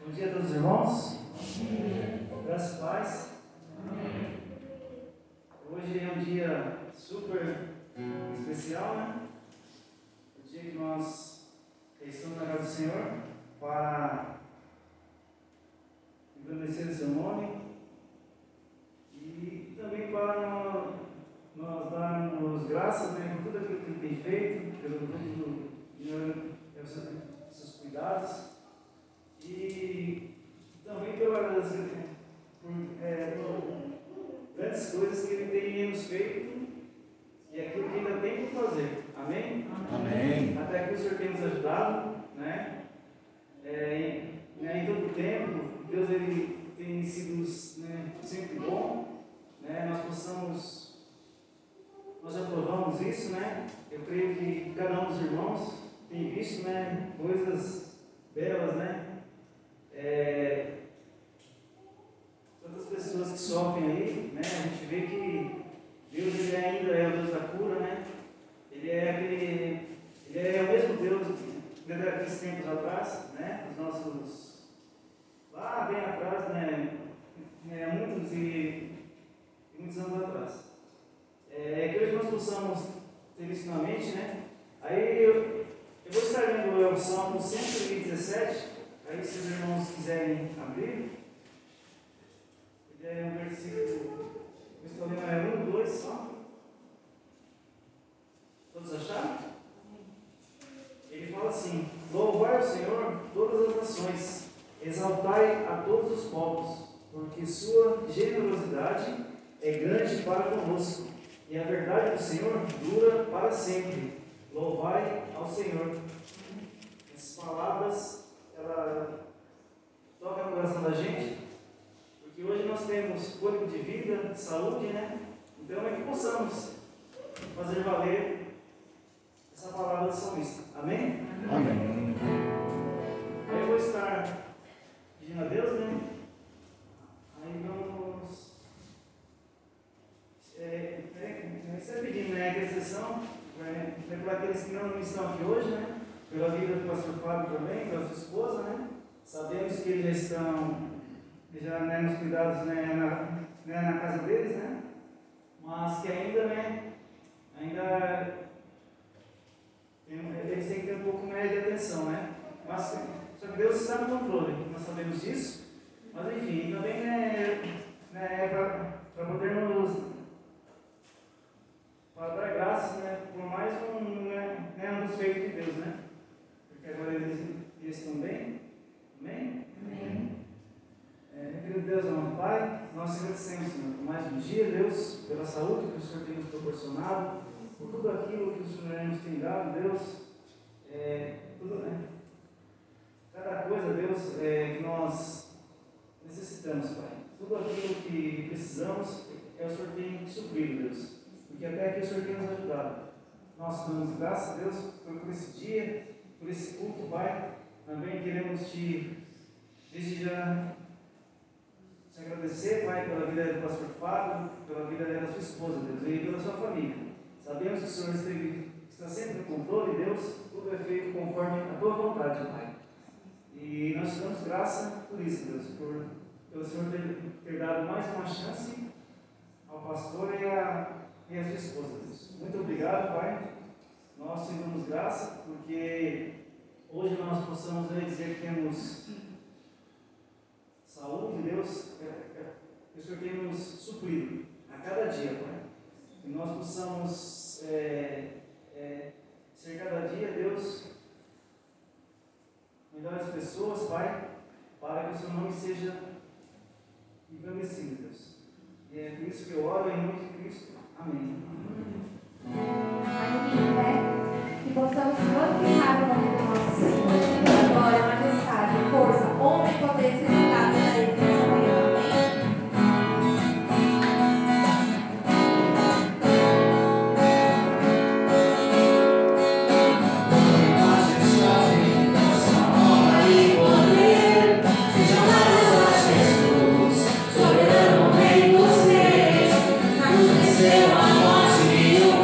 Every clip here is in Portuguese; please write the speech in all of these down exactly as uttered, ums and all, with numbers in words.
Bom dia a todos os irmãos. Graças a paz. Hoje é um dia super especial, né? O dia que nós estamos na casa do Senhor para engrandecer o seu nome e também para nós, nós darmos graças, né, por tudo aquilo que Ele tem feito, pelo tudo, pelos seus cuidados. E também pelas por, é, por grandes coisas que Ele tem nos feito e aquilo que ainda tem por fazer. Amém? Amém. Até aqui o Senhor tem nos ajudado, né? É, em, né, em todo o tempo, Deus ele tem sido, né, sempre bom, né? Nós possamos, nós aprovamos isso, né? Eu creio que cada um dos irmãos tem visto, né, coisas belas, né? É, tantas pessoas que sofrem aí, né? A gente vê que Deus ele ainda é o Deus da cura, né? Ele é aquele, ele é o mesmo Deus daqueles tempos atrás, né? Os nossos lá bem atrás, né? É, muitos e, e muitos anos atrás. É, que hoje nós possamos ter isso na mente, né? Aí eu, eu vou estar lendo o Salmo cento e dezessete. Aí, se os irmãos quiserem abrir, é um versículo, eu estou lendo é um, dois só. Todos acharam? Ele fala assim: louvai o Senhor todas as nações, exaltai a todos os povos, porque sua generosidade é grande para conosco, e a verdade do Senhor dura para sempre. Louvai ao Senhor. Essas palavras ela toca no coração da gente, porque hoje nós temos fôlego de vida, saúde, né? Então é que possamos fazer valer essa palavra do salmista. Amém? Amém. Aí eu vou estar pedindo a Deus, né? Aí vamos. É, é, você pedindo, né? A intercessão, é, é para aqueles que não estão aqui hoje, né? Pela vida do pastor Fábio também, pela sua esposa, né? Sabemos que eles já estão, já, né, nos cuidados, né, na, né, na casa deles, né? Mas que ainda, né, ainda eles têm que ter um pouco mais de atenção, né? Mas só que Deus está no controle, nós sabemos disso. Mas enfim, também, né, né para podermos para dar graças, né, por mais um, né, né, um dos feitos de Deus, né? Agora eles, eles estão bem? Amém? Amém. É, querido Deus, amado Pai, nós agradecemos, Senhor, por mais um dia, Deus, pela saúde que o Senhor tem nos proporcionado, por tudo aquilo que o Senhor nos tem dado, Deus, é, tudo, né? Cada coisa, Deus, é, que nós necessitamos, Pai. Tudo aquilo que precisamos, é o Senhor tem suprido, Deus, porque até aqui o Senhor tem nos ajudado. Nós damos graças a Deus por esse dia, por esse culto, Pai. Também queremos te, desde já, te agradecer, Pai, pela vida do pastor Fábio, pela vida da sua esposa, Deus, e pela sua família. Sabemos que o Senhor esteve, está sempre no controle, Deus, tudo é feito conforme a tua vontade, Pai. E nós te damos graça por isso, Deus, por, pelo Senhor ter, ter dado mais uma chance ao pastor e a, e a sua esposa, Deus. Muito obrigado, Pai. Nós te damos graça, porque hoje nós possamos dizer que temos saúde, Deus, que o Senhor tem nos suprido a cada dia, Pai. Que nós possamos é, é, ser cada dia, Deus, melhores pessoas, Pai, para que o Seu nome seja engrandecido, Deus. E é por isso que eu oro em nome de Cristo. Amém. Amém, né? Que possamos glorificar o nome do nosso Senhor. Glória, majestade, força, honra e poder ser dados a Ele nessa manhã. Soberano Rei dos Reis, na cruz venceu a morte e o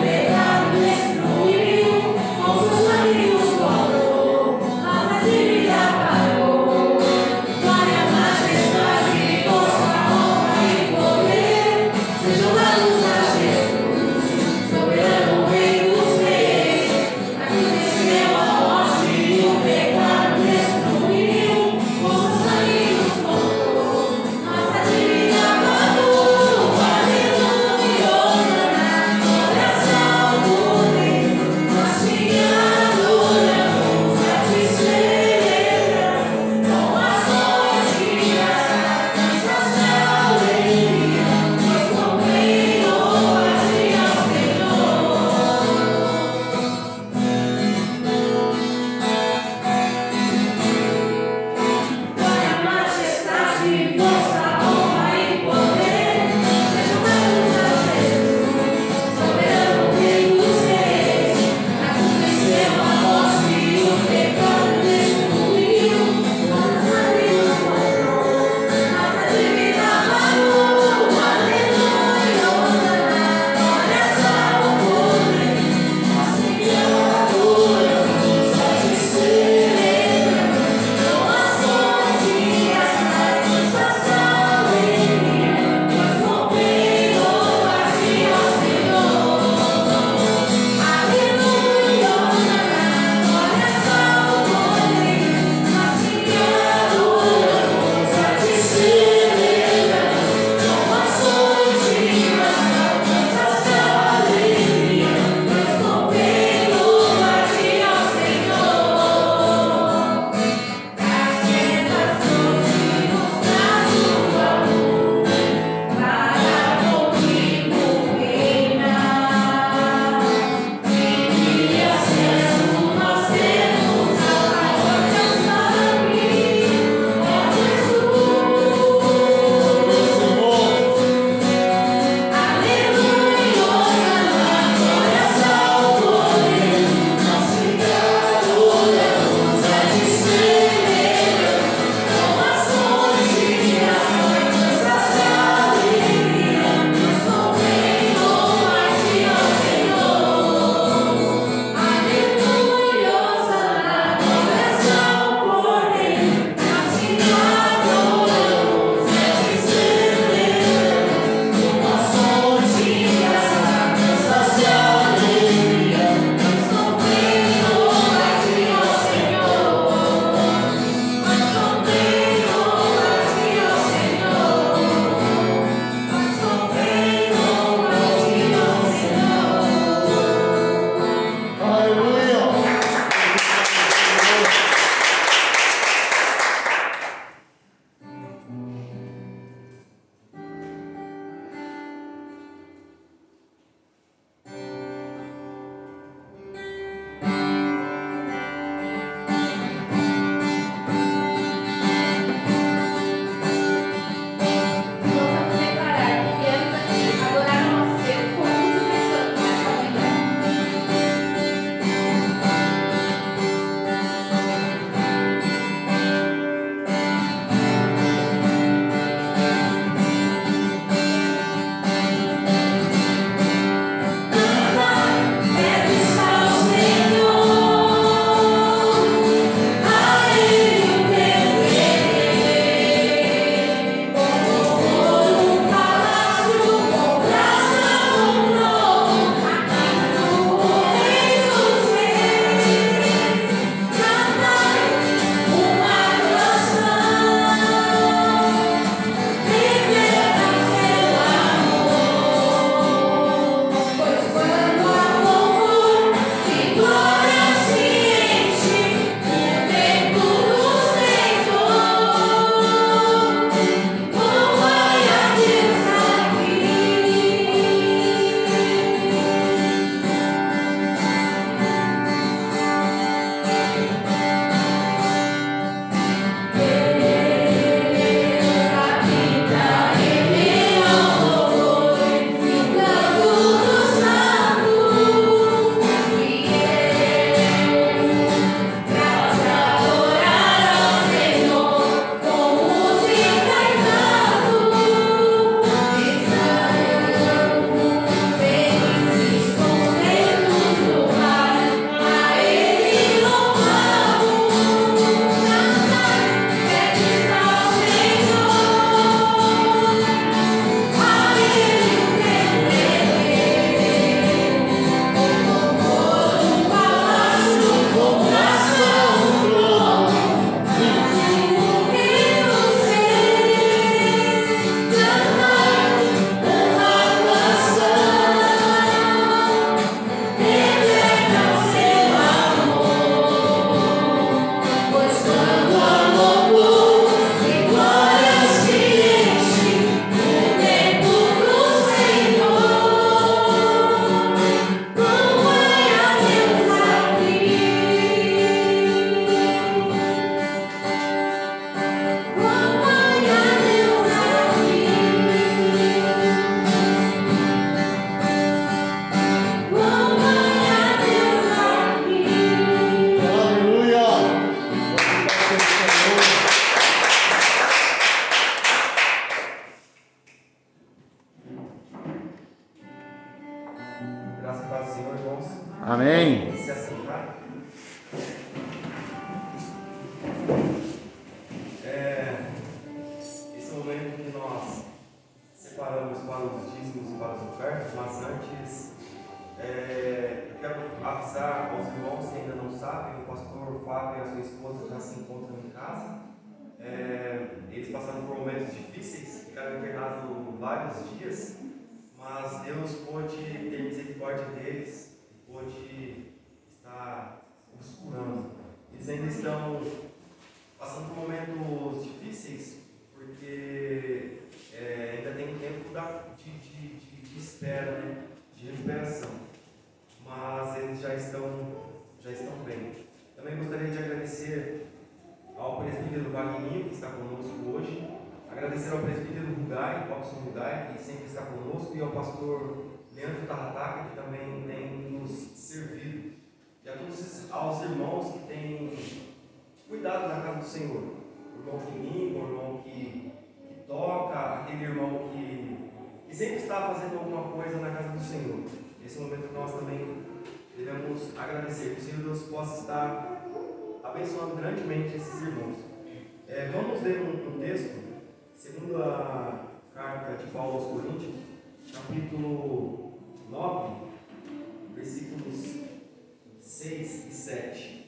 passar aos irmãos que ainda não sabem, o pastor Fábio e a sua esposa já se encontram em casa. É, eles passaram por momentos difíceis, ficaram internados vários dias, mas Deus pôde ter misericórdia deles e pôde estar os curando. Eles ainda estão passando por momentos difíceis, porque é, ainda tem um tempo da, de, de, de, de espera, né? De recuperação, mas eles já estão, já estão bem. Também gostaria de agradecer ao presbítero Wagner, que está conosco hoje, agradecer ao presbítero Rugai, Robson Rugai, que sempre está conosco, e ao pastor Leandro Tarrataca, que também tem nos servido, e a todos aos irmãos que têm cuidado na casa do Senhor, o irmão que limpa, o irmão que, que toca, aquele irmão que, que sempre está fazendo alguma coisa na casa do Senhor. Esse momento que nós também devemos agradecer, que o Senhor Deus possa estar abençoando grandemente esses irmãos. É, vamos ler um, um texto, segundo a carta de Paulo aos Coríntios, capítulo nove, versículos seis e sete.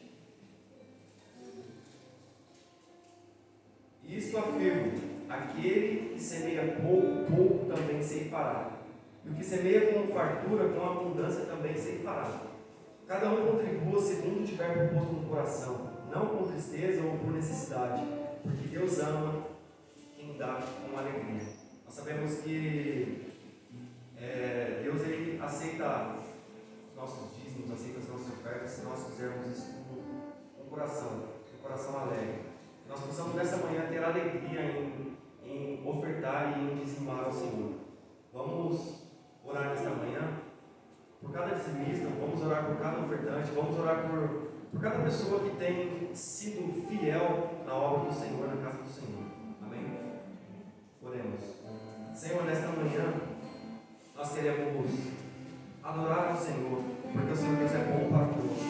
Isto afirmo: aquele que semeia pouco, pouco também ceifará. E o que semeia com fartura, com abundância também ceifará. Cada um contribua segundo tiver proposto no coração, não com tristeza ou por necessidade, porque Deus ama quem dá com alegria. Nós sabemos que é, Deus ele aceita os nossos dízimos, aceita as nossas ofertas, se nós fizermos isso com o coração, com o coração alegre. Que nós possamos nessa manhã ter alegria em, em ofertar e em dizimar ao Senhor. Vamos orar nesta manhã por cada dizimista, vamos orar por cada ofertante, vamos orar por, por cada pessoa que tem sido fiel na obra do Senhor, na casa do Senhor. Amém? Oremos. Senhor, nesta manhã nós queremos adorar o Senhor, porque o Senhor Deus é bom para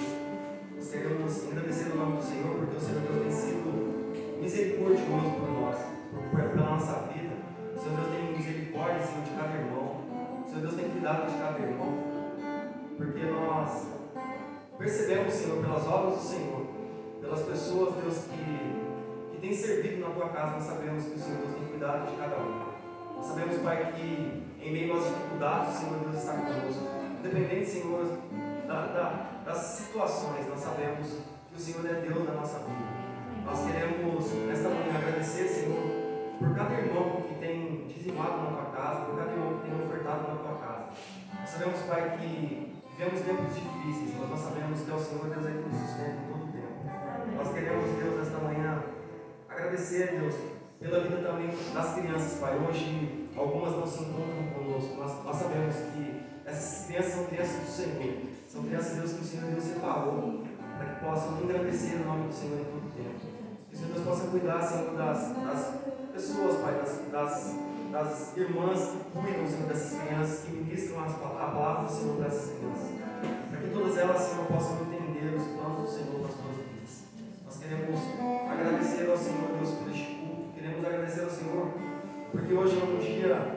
nós. Nós queremos agradecer o nome do Senhor, porque o Senhor Deus tem sido misericordioso por nós, por, pela nossa vida. O Senhor Deus tem misericórdia, Senhor, de cada irmão. O Senhor Deus tem cuidado de cada irmão, porque nós percebemos, Senhor, pelas obras do Senhor, pelas pessoas, Deus, que, que têm servido na Tua casa, nós sabemos que o Senhor Deus tem cuidado de cada um. Nós sabemos, Pai, que em meio às dificuldades, o Senhor Deus está conosco. Independente, Senhor, da, da, das situações, nós sabemos que o Senhor é Deus na nossa vida. Nós queremos, nesta manhã, agradecer, Senhor, por cada irmão que tem dizimado na Tua casa, por cada irmão que tem ofertado na Tua casa. Nós sabemos, Pai, que vivemos tempos difíceis, mas nós sabemos que é o Senhor Deus que nos sustenta em todo o tempo. Nós queremos, Deus, nesta manhã, agradecer, Deus, pela vida também das crianças, Pai. Hoje, algumas não se encontram conosco. Nós, nós sabemos que essas crianças são crianças do Senhor. São crianças, Deus, que o Senhor Deus separou para que possam engrandecer o nome do Senhor em todo o tempo. Que o Senhor Deus possa cuidar, Senhor, das, das pessoas, Pai, das, das, das irmãs que cuidam, Senhor, dessas crianças, que ministram as, a palavra do Senhor para essas crianças. Para que todas elas, Senhor, possam entender os planos do Senhor para as suas vidas. Nós queremos agradecer ao Senhor, Deus, por este culto. Queremos agradecer ao Senhor, porque hoje é um dia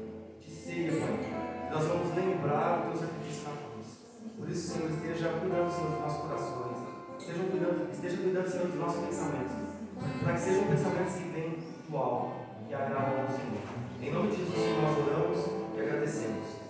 de ceia, Pai. Nós vamos lembrar o Teu sacrifício na cruz. Por isso, Senhor, esteja cuidando, Senhor, dos nossos corações. Esteja cuidando, esteja cuidando, Senhor, dos nossos pensamentos. Para que sejam pensamentos que vêm do alto, que agradam ao Senhor. Em nome de Jesus, Senhor, nós oramos e agradecemos.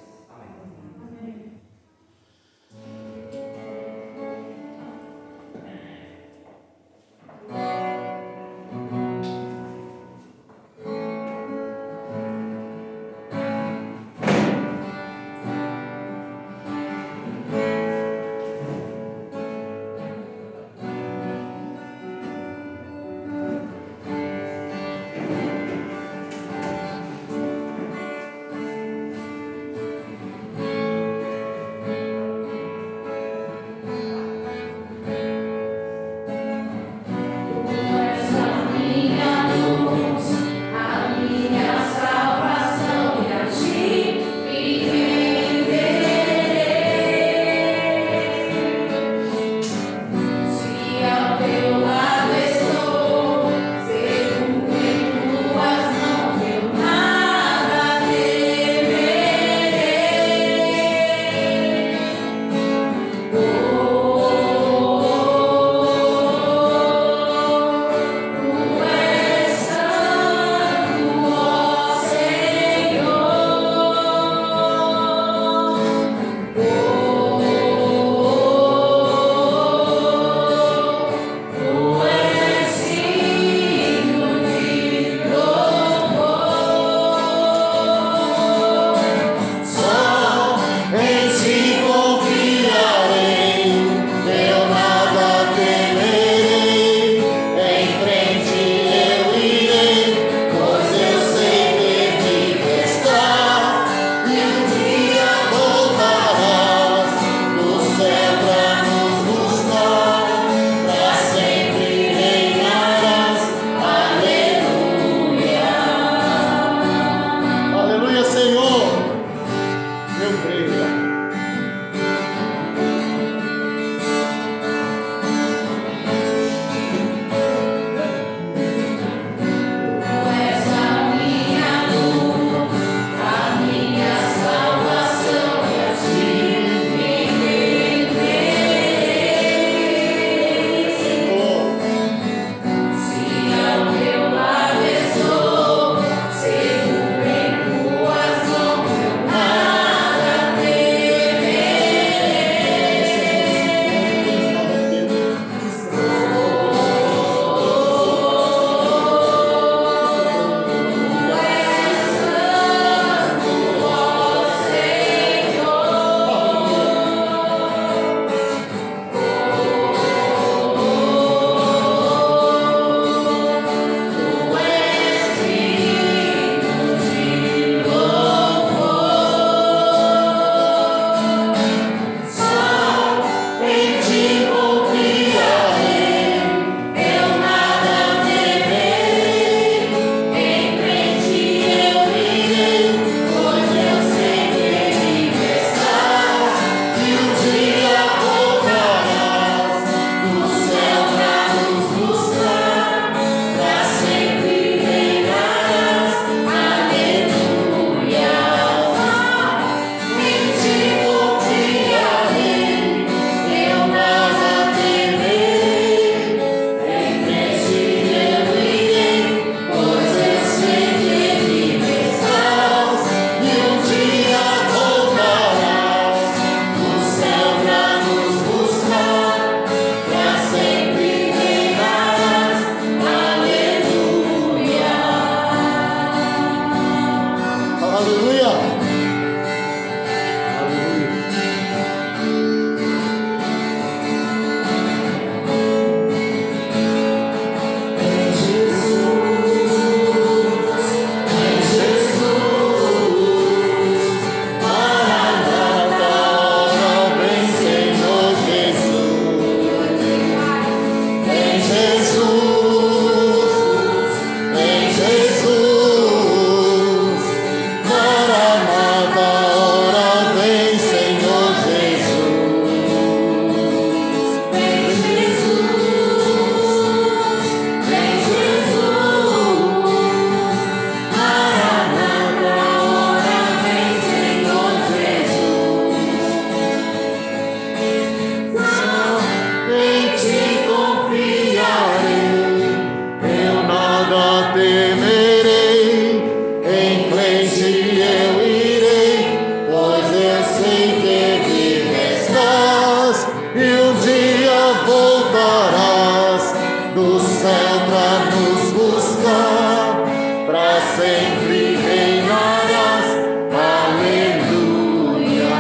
nada temerei, em frente eu irei, pois eu sei que vives estás, e um dia voltarás do céu pra nos buscar, pra sempre reinarás. Aleluia.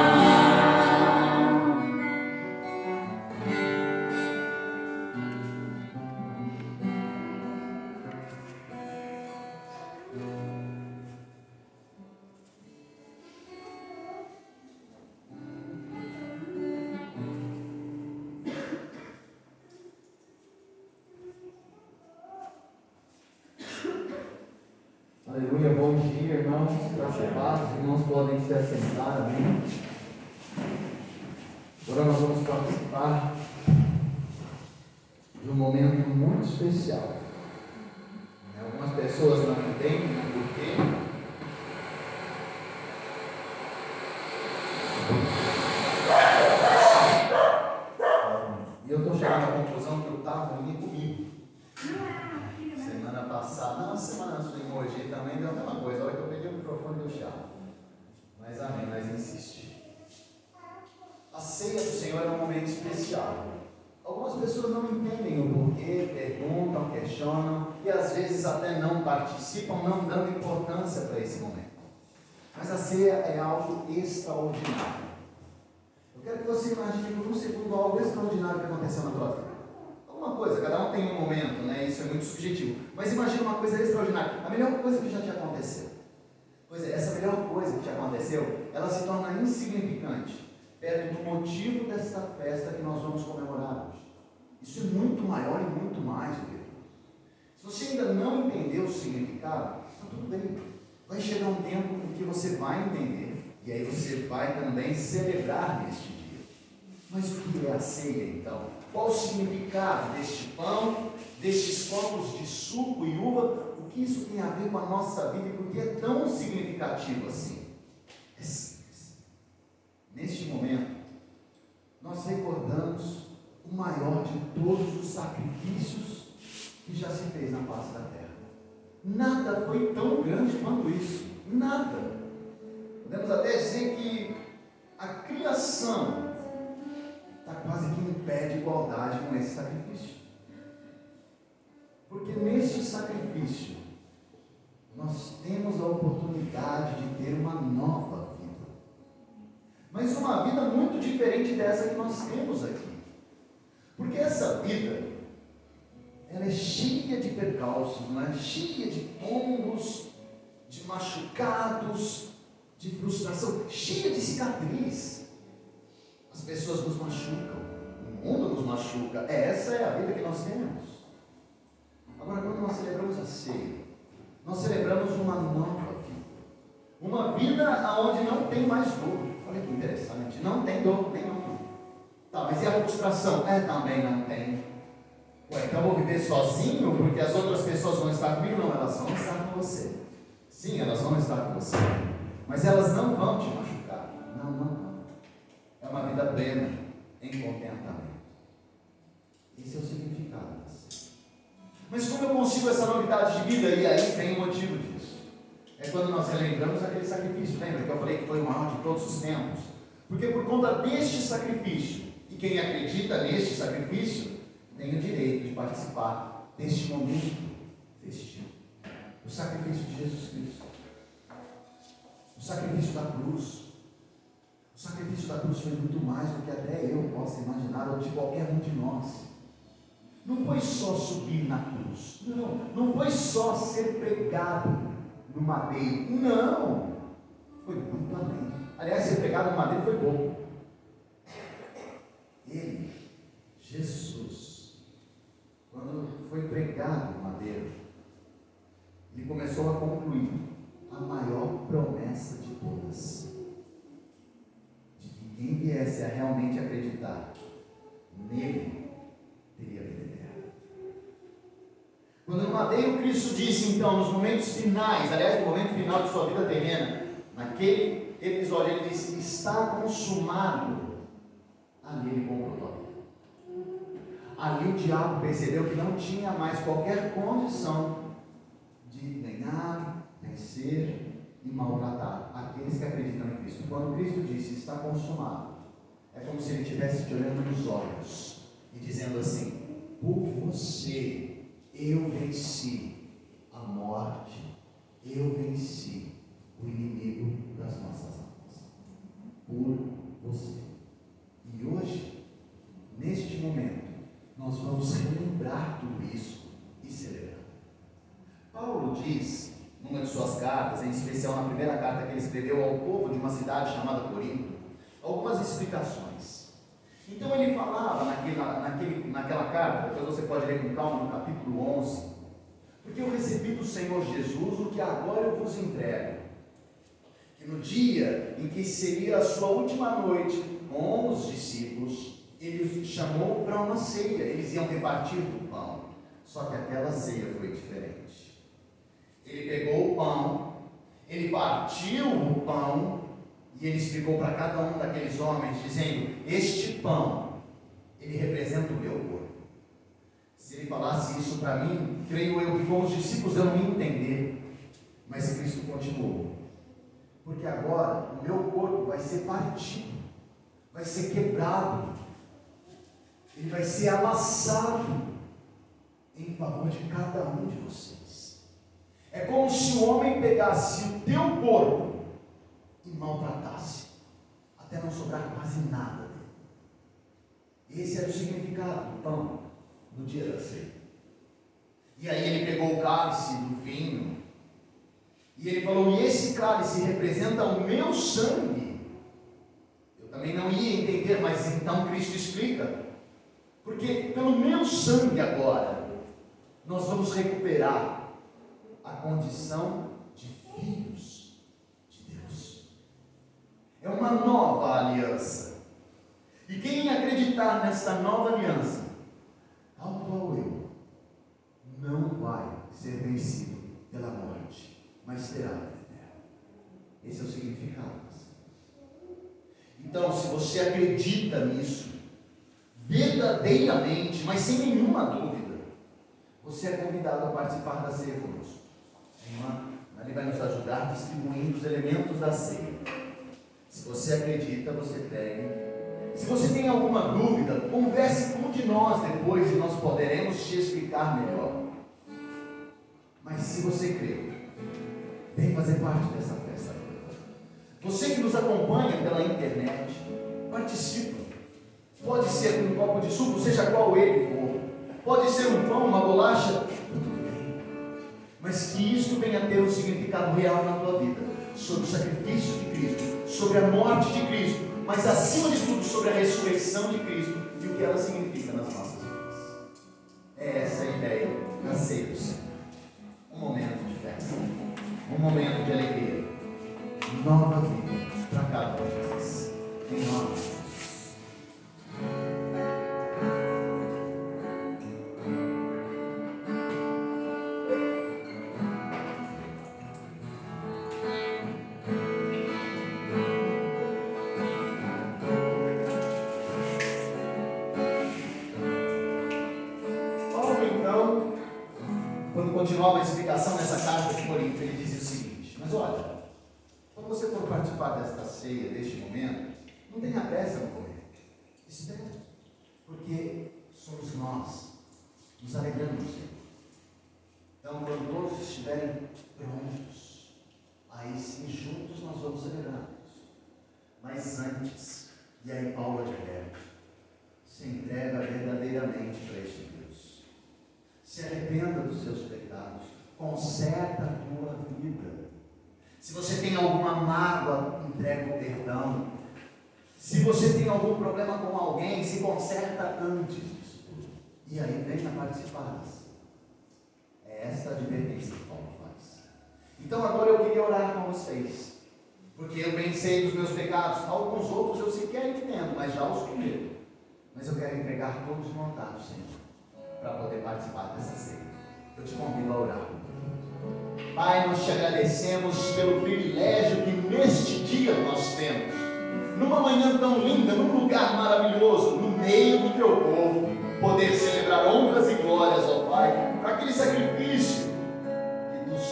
Aleluia, bom dia, irmãos. Graça e paz. Os irmãos podem se assentar, amém. Agora nós vamos participar de um momento muito especial. Algumas pessoas não entendem o porquê. E eu estou chegando à conclusão que eu estava ruim comigo. Semana passada, não, semana antes do emoji também deu a mesma coisa. A hora que eu peguei o microfone deu chato. Mas amém, mas insisti. A ceia do Senhor é um momento especial. Algumas pessoas não entendem o porquê, perguntam, questionam e às vezes até não participam, não dando importância para esse momento. Mas a ceia é algo extraordinário. Eu quero que você imagine por um segundo algo extraordinário que aconteceu na tua vida. Alguma coisa, cada um tem um momento, né? Isso é muito subjetivo. Mas imagine uma coisa extraordinária. A melhor coisa que já te aconteceu. Pois é, essa melhor coisa que te aconteceu, ela se torna insignificante perto do motivo desta festa que nós vamos comemorar hoje. Isso é muito maior e muito mais do que tudo. Se você ainda não entendeu o significado, está tudo bem. Vai chegar um tempo em que você vai entender, e aí você vai também celebrar neste dia. Mas o que é a ceia então? Qual o significado deste pão, destes copos de suco e uva? O que isso tem a ver com a nossa vida e por que é tão significativo assim? É simples. Neste momento, nós recordamos o maior de todos os sacrifícios que já se fez na face da terra. Nada foi tão grande quanto isso. Nada. Podemos até dizer que a criação está quase que em pé de igualdade com esse sacrifício. Porque neste sacrifício, nós temos a oportunidade de ter uma nova vida. Mas uma vida muito diferente dessa que nós temos aqui. Porque essa vida, ela é cheia de percalços, não é? Cheia de tombos, de machucados, de frustração, cheia de cicatriz. As pessoas nos machucam, o mundo nos machuca. Essa é a vida que nós temos. Agora, quando nós celebramos a ceia, nós celebramos uma nova vida. Uma vida onde não tem mais dor. Olha que interessante, não tem dor nenhuma. Tá, mas e a frustração? É, também não tem. Ué, então eu vou viver sozinho porque as outras pessoas vão estar comigo? Não, elas vão estar com você. Sim, elas vão estar com você. Mas elas não vão te machucar. Não, não, não. É uma vida plena, em contentamento. Esse é o significado da ceia. Mas como eu consigo essa novidade de vida? E aí tem um motivo disso. É quando nós relembramos aquele sacrifício. Lembra que eu falei que foi o maior de todos os tempos? Porque por conta deste sacrifício, e quem acredita neste sacrifício, tem o direito de participar deste momento festivo. O sacrifício de Jesus Cristo. O sacrifício da cruz. O sacrifício da cruz foi muito mais do que até eu posso imaginar, ou de qualquer um de nós. Não foi só subir na cruz. Não, não foi só ser pregado no madeiro. Não. Foi muito além. Aliás, ser pregado no madeiro foi pouco. Ele, Jesus, quando foi pregado no madeiro, ele começou a concluir a maior promessa de todas. De que quem viesse a realmente acreditar nele, teria vida eterna. Quando no madeiro Cristo disse, então, nos momentos finais, aliás, no momento final de sua vida terrena, naquele episódio, ele disse, está consumado. Ali ele concluiu a vida. Ali o diabo percebeu que não tinha mais qualquer condição de ganhar, vencer e maltratar aqueles que acreditam em Cristo. Quando Cristo disse está consumado, é como se ele estivesse te olhando nos olhos e dizendo assim: por você eu venci a morte, eu venci o inimigo das nossas almas. Por você. E hoje, neste momento, nós vamos relembrar tudo isso e celebrar. Paulo diz, numa de suas cartas, em especial na primeira carta que ele escreveu ao povo de uma cidade chamada Corinto, algumas explicações. Então ele falava naquele, naquele, naquela carta, depois você pode ler com calma no capítulo onze, porque eu recebi do Senhor Jesus o que agora eu vos entrego, que no dia em que seria a sua última noite com os discípulos, ele os chamou para uma ceia, eles iam repartir do pão, só que aquela ceia foi diferente. Ele pegou o pão, ele partiu o pão e ele explicou para cada um daqueles homens, dizendo: este pão, ele representa o meu corpo. Se ele falasse isso para mim, creio eu que com os discípulos eu não ia entender, mas Cristo continuou: porque agora o meu corpo vai ser partido, vai ser quebrado, ele vai ser amassado em favor de cada um de vocês. É como se o homem pegasse o teu corpo e maltratasse, até não sobrar quase nada dele. Esse era o significado do pão no dia da ceia. E aí ele pegou o cálice do vinho e ele falou: e esse cálice representa o meu sangue. Eu também não ia entender, mas então Cristo explica: porque pelo meu sangue agora nós vamos recuperar a condição de filhos de Deus. É uma nova aliança. E quem acreditar nesta nova aliança, tal qual eu, não vai ser vencido pela morte, mas terá a vida eterna. Esse é o significado. Então, se você acredita nisso, verdadeiramente, mas sem nenhuma dúvida, você é convidado a participar da ceia conosco. A irmã ali vai nos ajudar distribuindo os elementos da ceia. Se você acredita, você pegue. Se você tem alguma dúvida, converse com um de nós depois e nós poderemos te explicar melhor. Mas se você crê, vem fazer parte dessa festa. Você que nos acompanha pela internet, participa. Pode ser um copo de suco, seja qual ele for. Pode ser um pão, uma bolacha, tudo bem. Mas que isso venha a ter um significado real na tua vida, sobre o sacrifício de Cristo, sobre a morte de Cristo, mas acima de tudo sobre a ressurreição de Cristo e o que ela significa nas nossas vidas. É essa a ideia da ceia do Senhor. Um momento de festa, um momento de alegria, nova vida para cada um de nós. Em nome de Jesus. Continuava a explicação nessa carta de Corinto, ele dizia o seguinte: mas olha, quando você for participar desta ceia, deste momento, não tenha pressa no comer, espere, porque somos nós, nos alegrando no Senhor. Então, quando todos estiverem prontos, aí sim, juntos nós vamos celebrar isso. Mas antes, e aí Paulo adverte, se entrega verdadeiramente para este Deus. Se arrependa dos seus pecados, conserta a tua vida. Se você tem alguma mágoa, entrega o perdão. Se você tem algum problema com alguém, se conserta antes disso tudo. E aí venha participar. É esta a advertência que Paulo faz. Então agora eu queria orar com vocês, porque eu bem sei dos meus pecados. Alguns outros eu sequer entendo, mas já os cometo. Mas eu quero entregar todos no altar do Senhor, para poder participar dessa ceia. Eu te convido a orar. Pai, nós te agradecemos pelo privilégio que neste dia nós temos, numa manhã tão linda, num lugar maravilhoso, no meio do teu povo, poder celebrar honras e glórias ao Pai, para aquele sacrifício que nos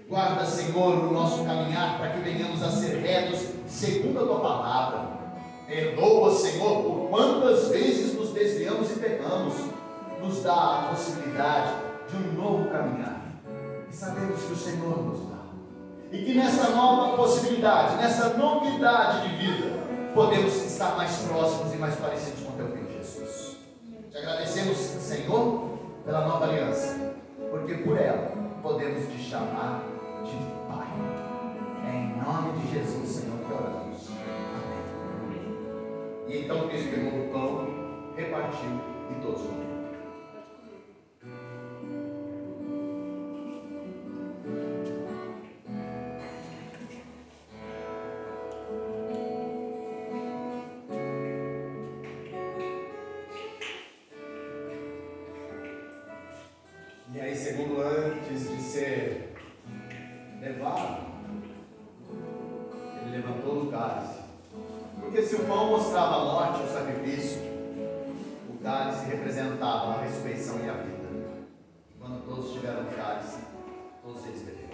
Guarda, Senhor, o nosso caminhar para que venhamos a ser retos segundo a tua palavra. Perdoa, Senhor, por quantas vezes nos desviamos e pecamos. Nos dá a possibilidade de um novo caminhar. E sabemos que o Senhor nos dá. E que nessa nova possibilidade, nessa novidade de vida, podemos estar mais próximos e mais parecidos com teu Filho Jesus. Te agradecemos, Senhor, pela nova aliança, porque por ela podemos te chamar de Pai. É em nome de Jesus, Senhor, que oramos. Amém. E então Cristo pegou o pão, repartiu e todos comeram. E aí, segundo antes de ser levado, ele levantou o cálice. Porque se o pão mostrava a morte e o sacrifício, o cálice representava a ressurreição e a vida. Quando todos tiveram o cálice, todos eles beberam.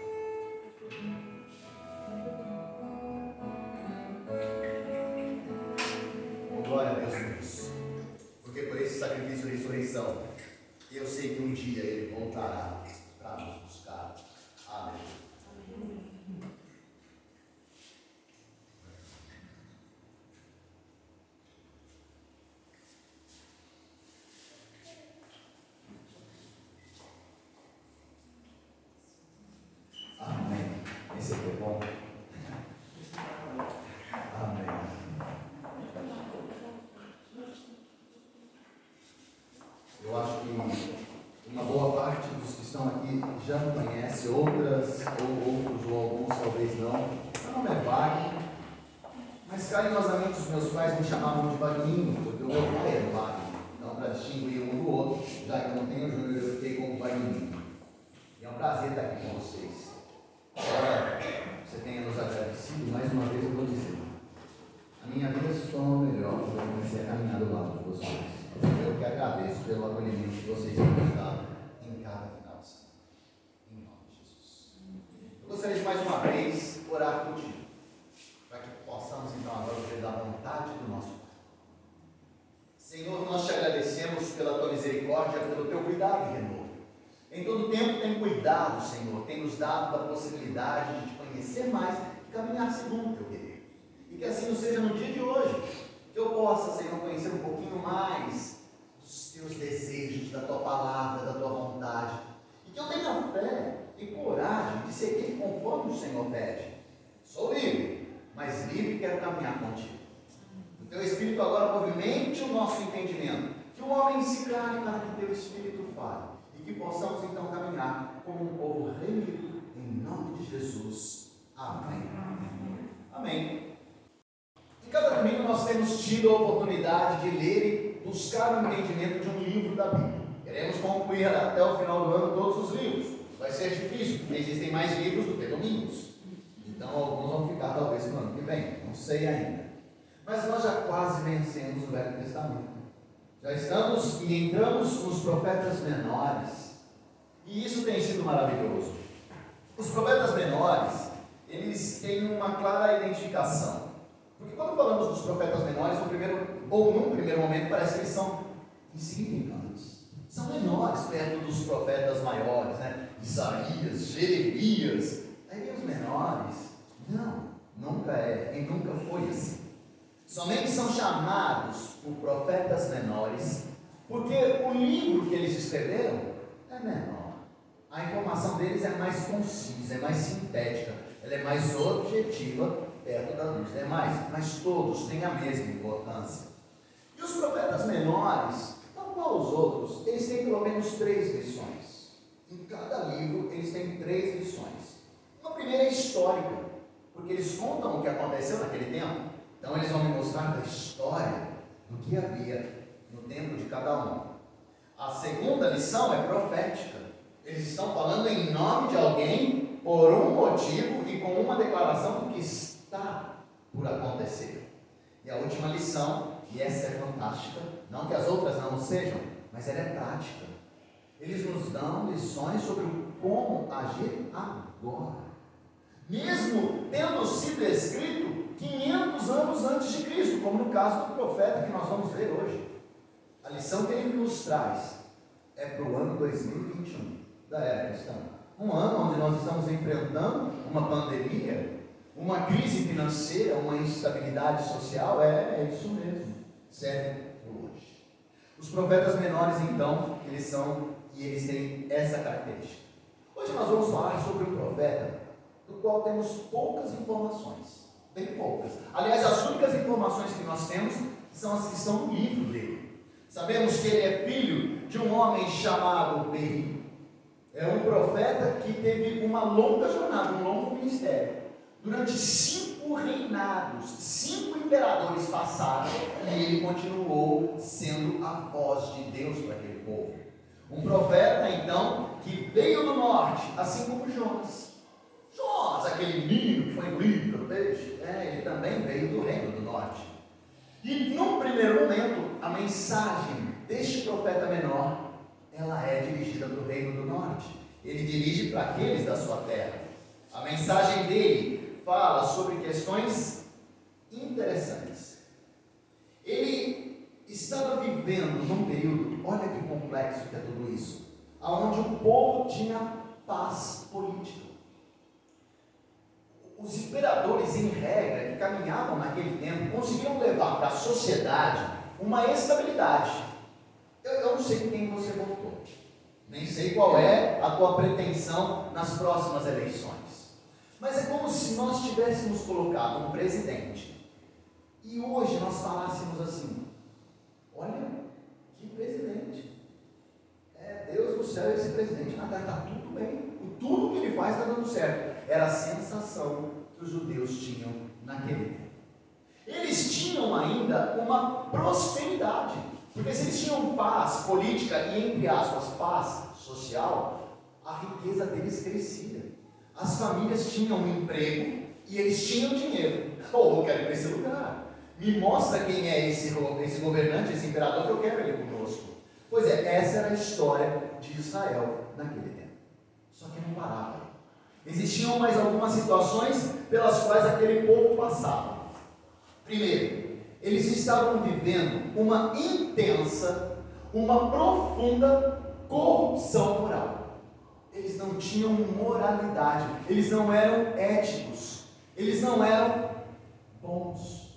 Oh, glória a Deus por isso. Porque por esse sacrifício e ressurreição, eu sei que um dia Ele voltará para nos buscar. Amém. Amém. Esse aqui é bom. Amém. Eu acho que uma boa parte dos que estão aqui já me conhece, outras ou outros ou alguns talvez não. Meu nome é Wagner, mas carinhosamente os meus pais me chamavam de Wagninho, porque o meu pai era Wagner. Então, para distinguir um do outro, já que eu não tenho Júnior, eu fiquei como Wagninho. E é um prazer estar aqui com vocês. Agora, você tenha nos agradecido, mais uma vez eu vou dizer, a minha vida se tornou melhor quando eu comecei a caminhar do lado de vocês. Eu que agradeço pelo acolhimento que vocês têm nos dado em cada final de semana. Em nome de Jesus. Eu gostaria de mais uma vez orar contigo, para que possamos então agora ver a vontade do nosso Pai. Senhor, nós te agradecemos pela tua misericórdia, pelo teu cuidado e renovo. Em todo tempo tem cuidado, Senhor, tem nos dado a possibilidade de te conhecer mais e caminhar segundo o teu querer. E que assim não seja no dia de hoje, que eu possa, Senhor, conhecer um pouquinho mais dos teus desejos, da tua palavra, da tua vontade. E que eu tenha fé e coragem de seguir conforme o Senhor pede. Sou livre, mas livre quero caminhar contigo. O teu Espírito agora movimente o nosso entendimento. Que o homem se cale para que o teu Espírito fale. E que possamos então caminhar como um povo remido, em nome de Jesus. Amém. Amém. Em cada domingo nós temos tido a oportunidade de ler e buscar o entendimento de um livro da Bíblia. Queremos concluir até o final do ano todos os livros. Vai ser difícil, porque existem mais livros do que domingos. Então alguns vão ficar talvez no ano que vem, não sei ainda. Mas nós já quase vencemos o Velho Testamento. Já estamos e entramos nos profetas menores. E isso tem sido maravilhoso. Os profetas menores, eles têm uma clara identificação. Porque quando falamos dos profetas menores, no primeiro, ou num primeiro momento, parece que eles são insignificantes. São menores perto dos profetas maiores, né? Isaías, Jeremias. Aí vem os menores. Não, nunca é, e nunca foi assim. Somente são chamados por profetas menores, porque o livro que eles escreveram é menor. A informação deles é mais concisa, é mais sintética, ela é mais objetiva perto das dos demais, mas todos têm a mesma importância. E os profetas menores, tal qual os outros, eles têm pelo menos três lições. Em cada livro eles têm três lições. Uma primeira é histórica, porque eles contam o que aconteceu naquele tempo. Então eles vão me mostrar da história do que havia no tempo de cada um. A segunda lição é profética. Eles estão falando em nome de alguém, por um motivo e com uma declaração do que está por acontecer. E a última lição, e essa é fantástica, não que as outras não sejam, mas ela é prática. Eles nos dão lições sobre como agir agora. agora. Mesmo tendo sido escrito quinhentos anos antes de Cristo, como no caso do profeta que nós vamos ver hoje. A lição que ele nos traz é para o ano dois mil e vinte e um, da era cristã. Um ano onde nós estamos enfrentando uma pandemia, uma crise financeira, uma instabilidade social. É, é isso mesmo, serve para hoje. Os profetas menores, então, eles são, e eles têm essa característica. Hoje nós vamos falar sobre um profeta do qual temos poucas informações, bem poucas. Aliás, as únicas informações que nós temos são as que estão no livro dele. Sabemos que ele é filho de um homem chamado Beri. É um profeta que teve uma longa jornada, um longo ministério. Durante cinco reinados, cinco imperadores passaram e ele continuou sendo a voz de Deus para aquele povo. Um profeta, então, que veio do norte, assim como Jonas. Jonas, aquele menino que foi engolido pelo peixe, é, ele também veio do reino do norte. E, num primeiro momento, a mensagem deste profeta menor, ela é dirigida para o reino do norte. Ele dirige para aqueles da sua terra. A mensagem dele fala sobre questões interessantes. Ele estava vivendo num período, olha que complexo que é tudo isso, onde o povo tinha paz política. Os imperadores, em regra, que caminhavam naquele tempo, conseguiam levar para a sociedade uma estabilidade. Eu, eu não sei quem você votou, nem sei qual é a tua pretensão nas próximas eleições, mas é como se nós tivéssemos colocado um presidente e hoje nós falássemos assim: olha, que presidente, é Deus do céu, esse presidente na terra, está tudo bem, tudo que ele faz está dando certo. Era a sensação que os judeus tinham naquele tempo. Eles tinham ainda uma prosperidade, porque se eles tinham paz política e, entre aspas, paz social, a riqueza deles crescia. As famílias tinham um emprego e eles tinham dinheiro. Oh, eu quero ir para esse lugar. Me mostra quem é esse, esse governante, esse imperador, que eu quero ele conosco. Pois é, essa era a história de Israel naquele tempo. Só que não parava. Existiam mais algumas situações pelas quais aquele povo passava. Primeiro, eles estavam vivendo uma intensa, uma profunda corrupção moral. Eles não tinham moralidade, eles não eram éticos, eles não eram bons.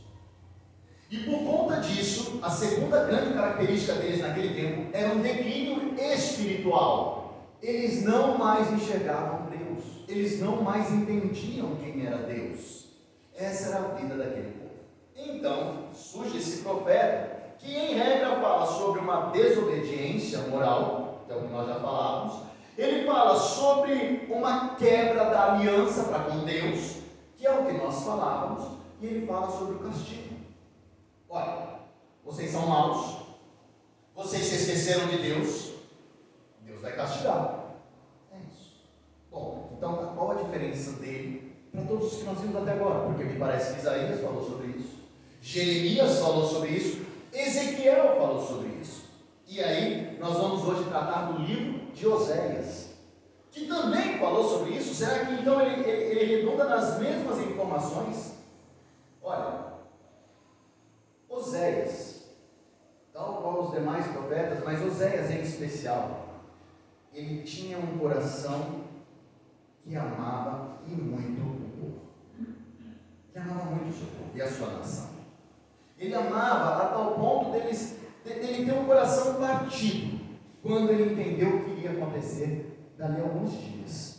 E por conta disso, a segunda grande característica deles naquele tempo era um declínio espiritual. Eles não mais enxergavam Deus, eles não mais entendiam quem era Deus. Essa era a vida daquele povo. Então surge esse profeta que em regra fala sobre uma desobediência moral, que é o que nós já falávamos. Ele fala sobre uma quebra da aliança para com Deus, que é o que nós falávamos, e ele fala sobre o castigo. Olha, vocês são maus, vocês se esqueceram de Deus, Deus vai castigar. É isso. Bom, então qual a diferença dele para todos os que nós vimos até agora? Porque me parece que Isaías falou sobre isso, Jeremias falou sobre isso, Ezequiel falou sobre isso. E aí nós vamos hoje tratar do livro de Oséias, que também falou sobre isso. Será que então ele, ele, ele redunda nas mesmas informações? Olha, Oséias, tal qual os demais profetas, mas Oséias em especial, ele tinha um coração que amava e muito o povo, que amava muito o seu povo e a sua nação. Ele amava a tal ponto deles, dele ter um coração partido, quando ele entendeu o que iria acontecer dali a alguns dias.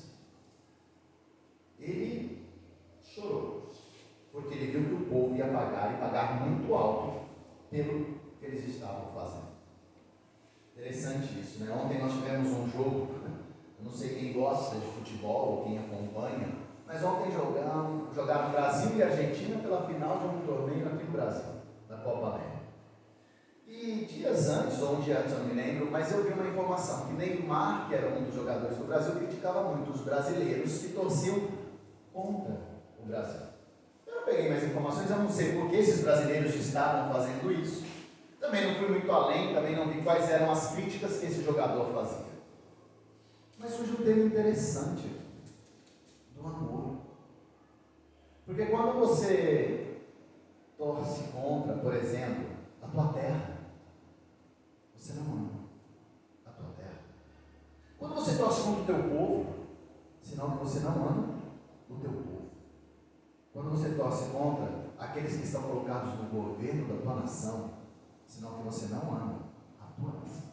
Ele chorou, porque ele viu que o povo ia pagar, e pagar muito alto, pelo que eles estavam fazendo. Interessante isso, né? Ontem nós tivemos um jogo, eu não sei quem gosta de futebol ou quem acompanha, mas ontem jogaram, jogaram Brasil e Argentina pela final de um torneio aqui no Brasil, da Copa América. E dias antes, ou um dia antes, eu não me lembro, mas eu vi uma informação que Neymar, que era um dos jogadores do Brasil, criticava muito os brasileiros que torciam contra o Brasil. Eu peguei mais informações, eu não sei por que esses brasileiros estavam fazendo isso. Também não fui muito além, também não vi quais eram as críticas que esse jogador fazia. Mas surge um tema interessante. do amor. Porque quando você torce contra, por exemplo, a tua terra, você não ama a tua terra. Quando você torce contra o teu povo, sinal que você não ama o teu povo. Quando você torce contra aqueles que estão colocados no governo da tua nação, sinal que você não ama a tua nação.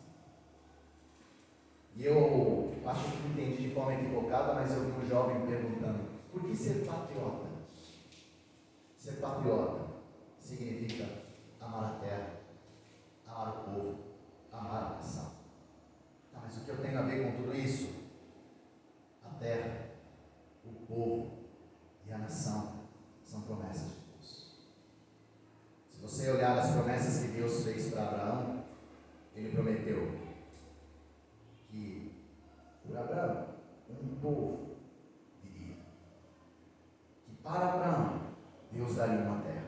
E eu acho que entendi de forma equivocada, mas eu vi um jovem perguntando: por que ser patriota? Ser patriota significa amar a terra, amar o povo, amar a nação. Tá, mas o que eu tenho a ver com tudo isso? A terra, o povo e a nação são promessas de Deus. Se você olhar as promessas que Deus fez para Abraão, ele prometeu que por Abraão um povo viria, que para Abraão Deus daria uma terra,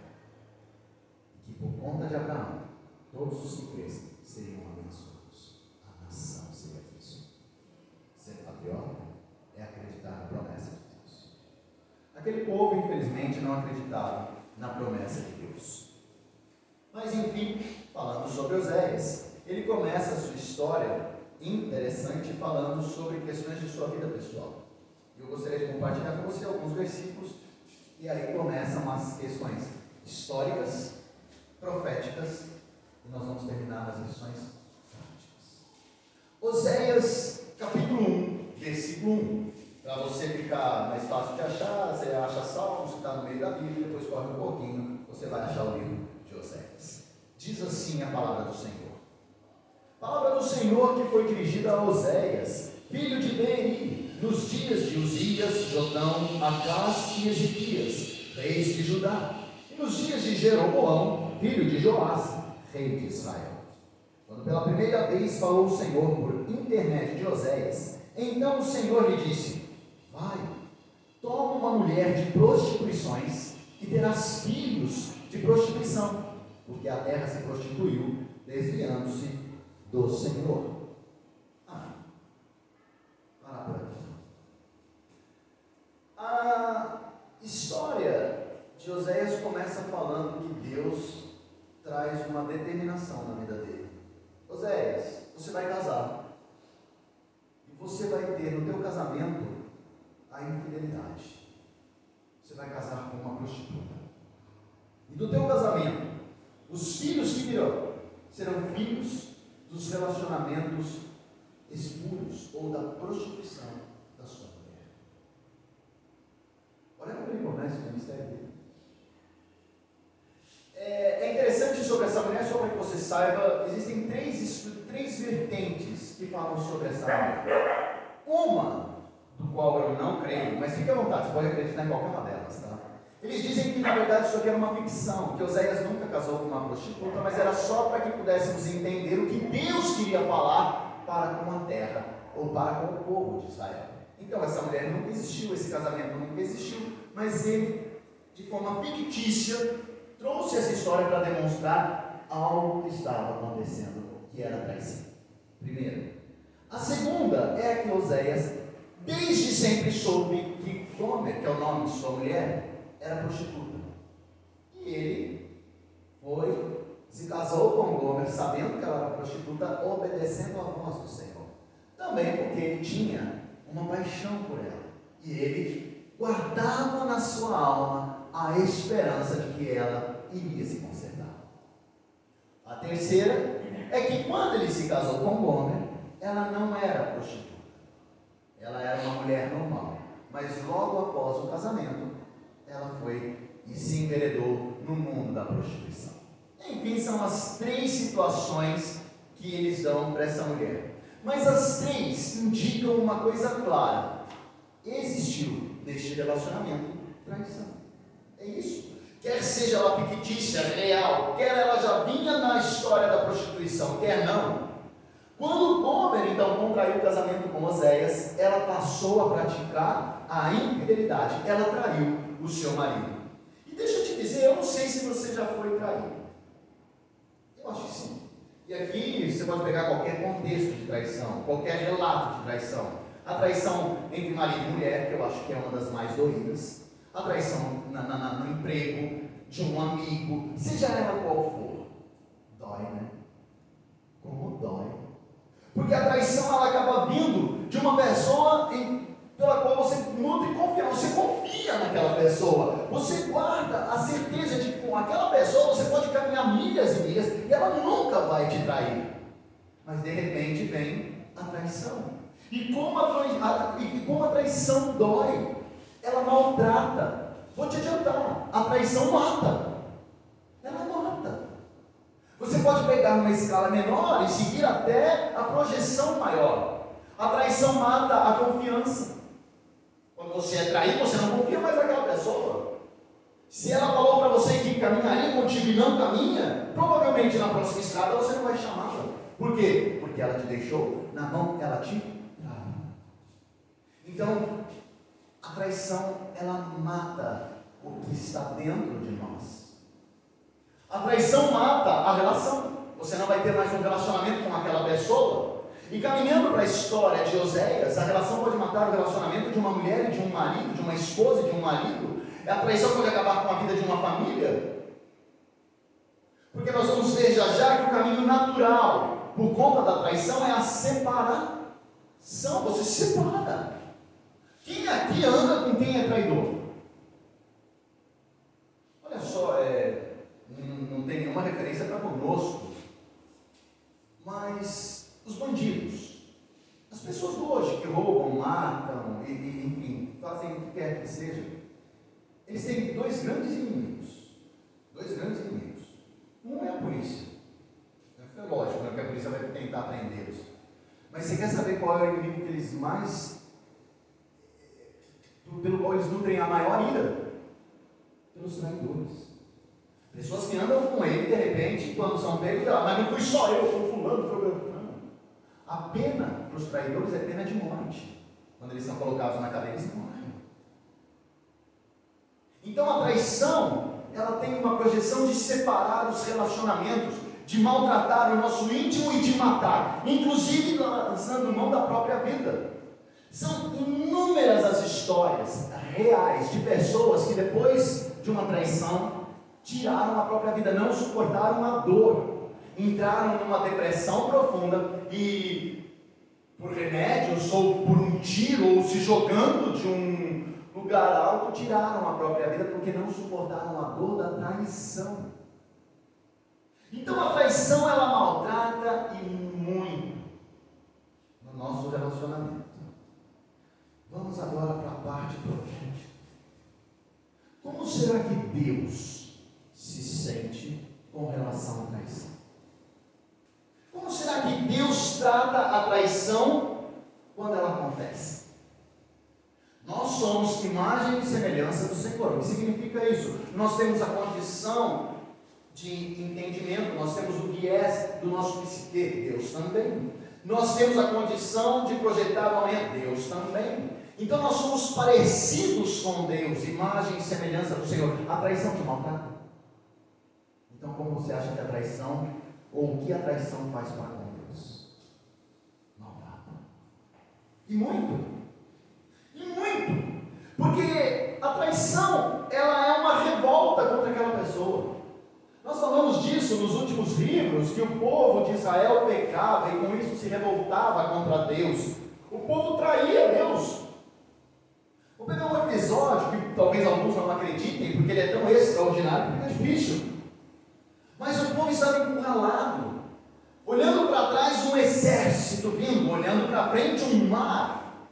e que por conta de Abraão todos os que crescem seriam abençoados, a nação seria abençoada. Ser patriota é acreditar na promessa de Deus. Aquele povo, infelizmente, não acreditava na promessa de Deus. Mas, enfim, falando sobre Oséias, ele começa a sua história interessante falando sobre questões de sua vida pessoal. Eu gostaria de compartilhar com você alguns versículos, e aí começam as questões históricas, proféticas, e nós vamos terminar nas lições práticas. Oséias, capítulo um, versículo um. Para você ficar mais fácil de achar, você acha Salmos, que está no meio da Bíblia, depois corre um pouquinho, você vai achar o livro de Oséias. Diz assim a palavra do Senhor. Palavra do Senhor que foi dirigida a Oséias, filho de Beeri, nos dias de Uzias, Jotão, Acás e Ezequias, reis de Judá, e nos dias de Jeroboão, filho de Joás, rei de Israel. Quando pela primeira vez falou o Senhor por intermédio de Oséias, então o Senhor lhe disse: vai, toma uma mulher de prostituições e terás filhos de prostituição, porque a terra se prostituiu, desviando-se do Senhor. Ah, para por aqui. A história de Oséias começa falando que Deus traz uma determinação na vida dele. Oséias, você vai casar. E você vai ter no teu casamento a infidelidade. Você vai casar com uma prostituta. E do teu casamento, os filhos que virão serão filhos dos relacionamentos espuros ou da prostituição da sua mulher. Olha como ele começa o ministério dele. É, é interessante sobre essa mulher, só para que você saiba, existem três, três vertentes que falam sobre essa mulher. Uma, do qual eu não creio, mas fique à vontade, você pode acreditar em qualquer uma delas, tá? Eles dizem que na verdade isso aqui era uma ficção, que Oséias nunca casou com uma prostituta, mas era só para que pudéssemos entender o que Deus queria falar para com a terra, ou para com o povo de Israel. Então essa mulher nunca existiu, esse casamento nunca existiu, mas ele, de forma fictícia, trouxe essa história para demonstrar algo que estava acontecendo, que era traição. Primeiro. A segunda é que Oséias, desde sempre soube que Gomer, que é o nome de sua mulher, era prostituta. E ele foi, se casou com Gomer, sabendo que ela era prostituta, obedecendo a voz do Senhor. Também porque ele tinha uma paixão por ela. E ele guardava na sua alma a esperança de que ela iria se consertar. A terceira é que quando ele se casou com Gomer, ela não era prostituta. Ela era uma mulher normal. Mas logo após o casamento, ela foi e se enveredou no mundo da prostituição. Enfim, são as três situações que eles dão para essa mulher. Mas as três indicam uma coisa clara: existiu neste relacionamento traição. É isso. Quer seja ela fictícia, real, quer ela já vinha na história da prostituição, quer não. Quando Gomer então contraiu o casamento com Oséias, ela passou a praticar a infidelidade. Ela traiu o seu marido. E deixa eu te dizer, eu não sei se você já foi traído. Eu acho que sim. E aqui você pode pegar qualquer contexto de traição, qualquer relato de traição. A traição entre marido e mulher, que eu acho que é uma das mais doídas. A traição na, na, na, no emprego, de um amigo, seja ela qual for. Dói, né? Como dói. Porque a traição, ela acaba vindo de uma pessoa em, pela qual você nutre confiança. Você confia naquela pessoa. Você guarda a certeza de que com aquela pessoa você pode caminhar milhas e milhas e ela nunca vai te trair. Mas de repente vem a traição. E como a, trai, a, e como a traição dói, ela maltrata. Vou te adiantar, a traição mata. Ela mata. Você pode pegar uma escala menor e seguir até a projeção maior. A traição mata a confiança. Quando você é traído, você não confia mais naquela pessoa. Se ela falou para você que caminharia contigo e não caminha, provavelmente na próxima estrada você não vai chamá-la. Por quê? Porque ela te deixou na mão, ela te traiu. Então, a traição, ela mata o que está dentro de nós. A traição mata a relação. Você não vai ter mais um relacionamento com aquela pessoa. E caminhando para a história de Oséias, a relação pode matar o relacionamento de uma mulher e de um marido, de uma esposa e de um marido. A traição pode acabar com a vida de uma família. Porque nós vamos ver já já que o caminho natural, por conta da traição, é a separação. Você se separa. Quem aqui anda com quem é traidor? Olha só, é, não, não tem nenhuma referência para conosco, mas os bandidos, as pessoas hoje que roubam, matam, e, e, enfim, fazem o que quer que seja, eles têm dois grandes inimigos. Dois grandes inimigos. Um é a polícia. É lógico, né, que a polícia vai tentar prendê-los. Mas você quer saber qual é o inimigo que eles mais, pelo qual eles nutrem a maior ira? Pelos traidores. Pessoas que andam com ele, de repente, quando são pegos, mas não fui só eu, foi fulano, foi o não. A pena para os traidores é pena de morte. Quando eles são colocados na cadeia, eles morrem. Então a traição, ela tem uma projeção de separar os relacionamentos, de maltratar o nosso íntimo e de matar, inclusive lançando mão da própria vida. São inúmeras as histórias reais de pessoas que depois de uma traição tiraram a própria vida, não suportaram a dor, entraram numa depressão profunda e por remédios ou por um tiro ou se jogando de um lugar alto tiraram a própria vida porque não suportaram a dor da traição. Então a traição, ela maltrata e muito no nosso relacionamento. Vamos agora para a parte profética. Como será que Deus se sente com relação à traição? Como será que Deus trata a traição quando ela acontece? Nós somos imagem e semelhança do Senhor. O que significa isso? Nós temos a condição de entendimento, nós temos o viés do nosso psique, Deus também. Nós temos a condição de projetar o amanhã, Deus também. Então nós somos parecidos com Deus, imagem e semelhança do Senhor. A traição te maltrata? Então como você acha que a traição, ou o que a traição faz para com Deus? Maltrata. E muito. E muito. Porque a traição, ela é uma revolta contra aquela pessoa. Nós falamos disso nos últimos livros, que o povo de Israel pecava e com isso se revoltava contra Deus. O povo traía Deus. Vou pegar um episódio que talvez alguns não acreditem, porque ele é tão extraordinário que é difícil. Mas o povo estava encurralado, olhando para trás um exército vindo, olhando para frente um mar.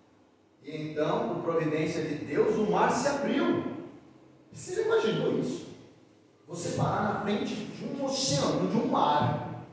E então, por providência de Deus, o mar se abriu. Você já imaginou isso? Você parar na frente de um oceano, de um mar,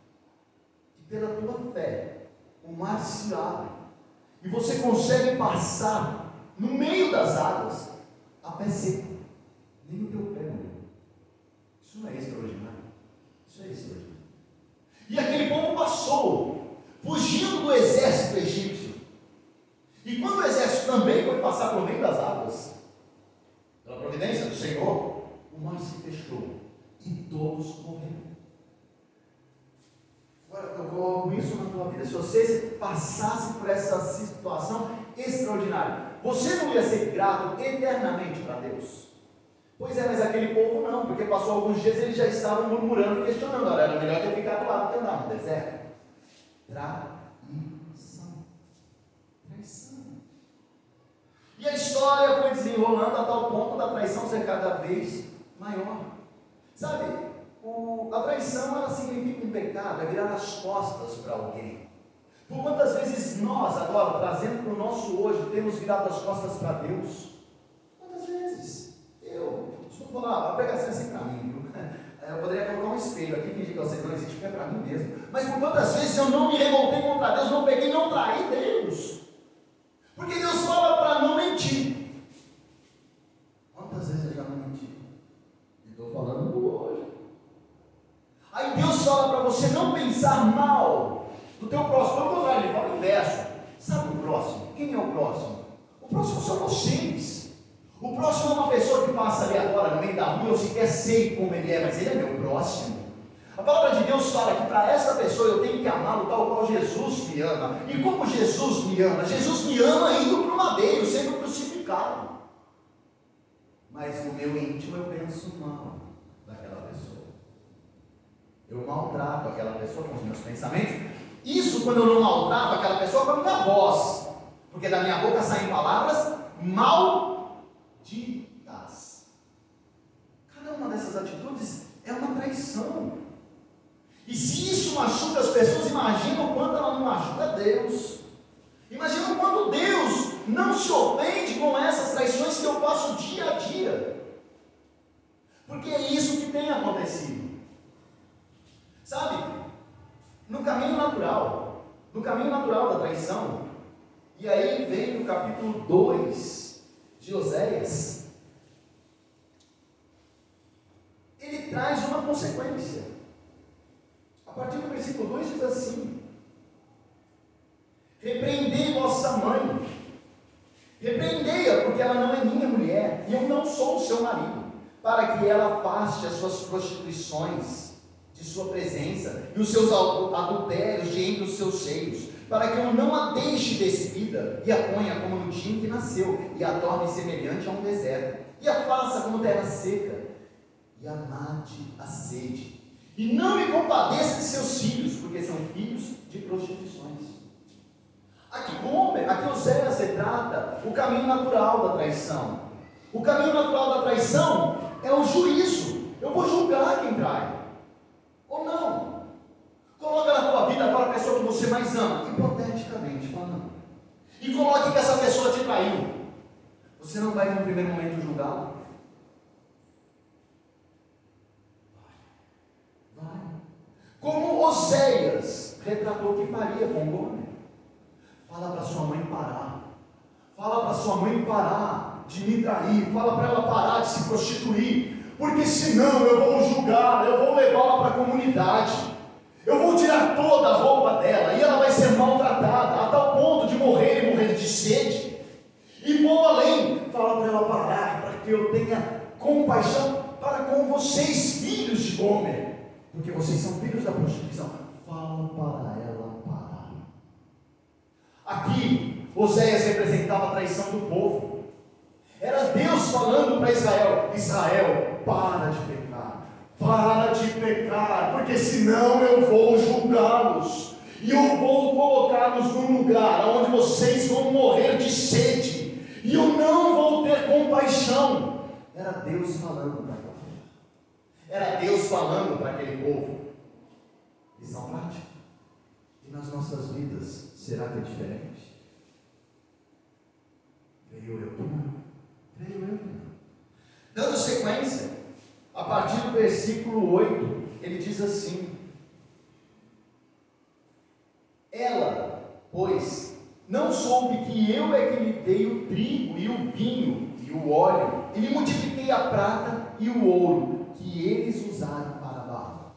e pela tua fé, o mar se abre, e você consegue passar no meio das águas, a pé seco, nem o teu pé morreu. Isso não é extraordinário? Isso é extraordinário. E aquele povo passou, fugindo do exército egípcio, e quando o exército também foi passar por meio das águas, pela providência do Senhor, o mar se fechou e todos morreram. Agora eu coloco isso na tua vida, se você passasse por essa situação extraordinária, você não ia ser grato eternamente para Deus? Pois é, mas aquele povo não, porque passou alguns dias e eles já estavam murmurando, questionando, olha, era melhor ter ficado lá do que andar no deserto. Traição. Traição. E a história foi desenrolando a tal ponto da traição ser cada vez maior. Sabe, o, a traição ela significa um pecado, é virar as costas para alguém. Por quantas vezes nós, agora, trazendo para o nosso hoje, temos virado as costas para Deus? Quantas vezes? Eu, desculpa falar, a pregação é assim para mim, viu? Eu poderia colocar um espelho aqui e fingir que eu sei que não existe, porque é para mim mesmo. Mas por quantas vezes eu não me revoltei contra Deus, não peguei, não traí Deus? Porque Deus fala para não mentir. Quantas vezes eu já não menti? E estou falando hoje. Aí Deus fala para você não pensar mal do teu próximo. Pelo contrário, ele fala o inverso. Sabe o próximo? Quem é o próximo? O próximo são vocês. O próximo é uma pessoa que passa ali agora no meio da rua, eu sequer sei como ele é, mas ele é meu próximo. A palavra de Deus fala que para essa pessoa eu tenho que amá-lo tal qual Jesus me ama. E como Jesus me ama? Jesus me ama indo para o madeiro, sendo crucificado. Mas no meu íntimo eu penso mal daquela pessoa. Eu maltrato aquela pessoa com os meus pensamentos. Isso quando eu não maltrato aquela pessoa com a minha voz. Porque da minha boca saem palavras malditas. Cada uma dessas atitudes é uma traição. E se isso machuca as pessoas, imagina o quanto ela não machuca Deus. Imagina o quanto Deus não se ofende com essas traições que eu faço dia a dia. Porque é isso que tem acontecido. Sabe? No caminho natural, no caminho natural da traição, e aí vem no capítulo dois de Oséias, ele traz uma consequência. A partir do versículo dois diz assim: repreendei vossa mãe, repreendei-a, porque ela não é minha mulher, e eu não sou o seu marido, para que ela afaste as suas prostituições de sua presença, e os seus adultérios de entre os seus seios, para que eu não a deixe despida, e a ponha como no dia em que nasceu, e a torne semelhante a um deserto, e a faça como terra seca, e a mate a sede, e não me compadeça de seus filhos, porque são filhos de prostituições. Aqui Gomer, aqui Oséias retrata o caminho natural da traição. O caminho natural da traição é o juízo. Eu vou julgar quem trai, ou não. Coloca na tua vida para a pessoa que você mais ama, hipoteticamente falando, e coloque que essa pessoa te traiu. Você não vai no primeiro momento julgá-la? Vai. Como Oséias retratou que faria com Gomer. Fala para sua mãe parar. Fala para sua mãe parar de me trair. Fala para ela parar de se prostituir. Porque senão eu vou julgá-la, eu vou levá-la para a comunidade. Eu vou tirar toda a roupa dela e ela vai ser maltratada a tal ponto de morrer e morrer de sede. E vou além, fala para ela parar, para que eu tenha compaixão para com vocês, filhos de Gomer, porque vocês são filhos da prostituição. Fala para ela parar. Aqui, Oséias representava a traição do povo. Era Deus falando para Israel: Israel, para de pecar, para de pecar, porque senão eu vou julgá-los, e eu vou colocá-los num lugar onde vocês vão morrer de sede, e eu não vou ter compaixão. Era Deus falando para aquela terra, era Deus falando para aquele povo. Lição prática. E nas nossas vidas, será que é diferente? Creio eu que não. Creio eu que não. Dando sequência, a partir do versículo oito, ele diz assim: ela, pois, não soube que eu é que lhe dei o trigo e o vinho e o óleo, e lhe multipliquei a prata e o ouro, que eles usaram para Baal.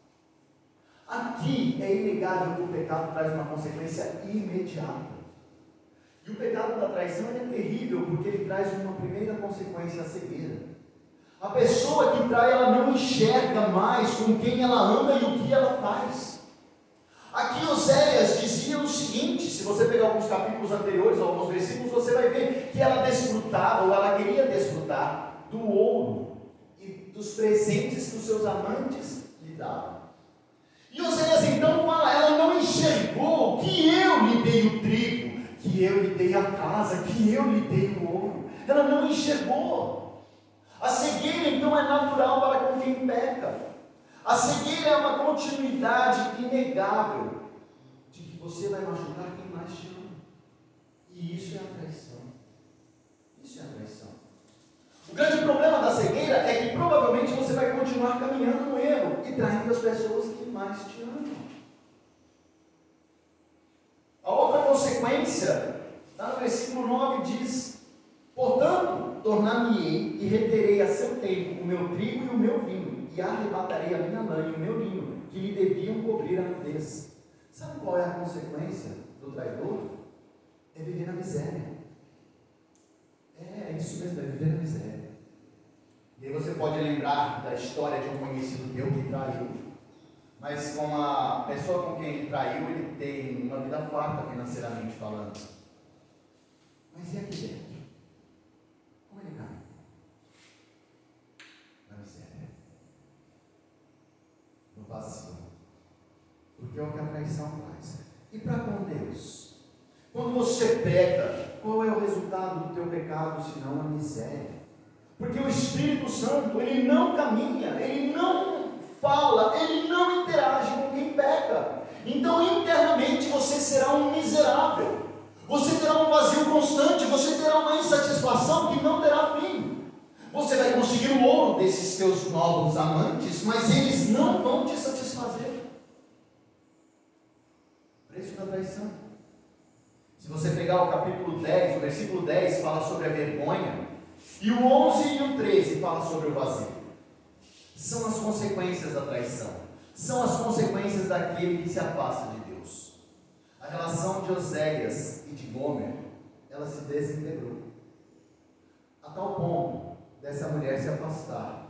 Aqui é inegável que o pecado traz uma consequência imediata. E o pecado da traição é terrível, porque ele traz uma primeira consequência, a cegueira. A pessoa que trai, ela não enxerga mais com quem ela anda e o que ela faz. Aqui Oséias dizia o seguinte, se você pegar alguns capítulos anteriores, alguns versículos, você vai ver que ela desfrutava, ou ela queria desfrutar do ouro e dos presentes que os seus amantes lhe davam. E Oséias então fala, ela não enxergou que eu lhe dei o trigo, que eu lhe dei a casa, que eu lhe dei o ouro. Ela não enxergou. A cegueira então é natural para com quem peca. A cegueira é uma continuidade inegável de que você vai machucar quem mais te ama. E isso é a traição. Isso é a traição. O grande problema da cegueira é que provavelmente você vai continuar caminhando no erro e traindo as pessoas que mais te amam. A outra consequência, lá no versículo nove diz: portanto, tornar-me-ei e reterei a seu tempo o meu trigo e o meu vinho, e arrebatarei a minha lã e o meu linho, que lhe deviam cobrir a nudez. Sabe qual é a consequência do traidor? É viver na miséria. É, é isso mesmo, é viver na miséria. E aí você pode lembrar da história de um conhecido meu que traiu. Mas com a pessoa com quem ele traiu, ele tem uma vida farta financeiramente falando. Mas e aqui dentro? Como ele cai? Na miséria. No vazio. Porque é o que a traição faz. E para com Deus? Quando você peca, qual é o resultado do teu pecado, senão a miséria? Porque o Espírito Santo, ele não caminha, ele não fala, ele não interage com quem peca. Então, internamente, você será um miserável. Você terá um vazio constante, você terá uma insatisfação que não terá fim. Você vai conseguir o ouro desses teus novos amantes, mas eles não vão te satisfazer. Preço da traição. Se você pegar o capítulo dez, o versículo dez fala sobre a vergonha, e o onze e o treze fala sobre o vazio. São as consequências da traição, são as consequências daquele que se afasta de Deus. A relação de Oséias e de Gomer, ela se desintegrou, a tal ponto dessa mulher se afastar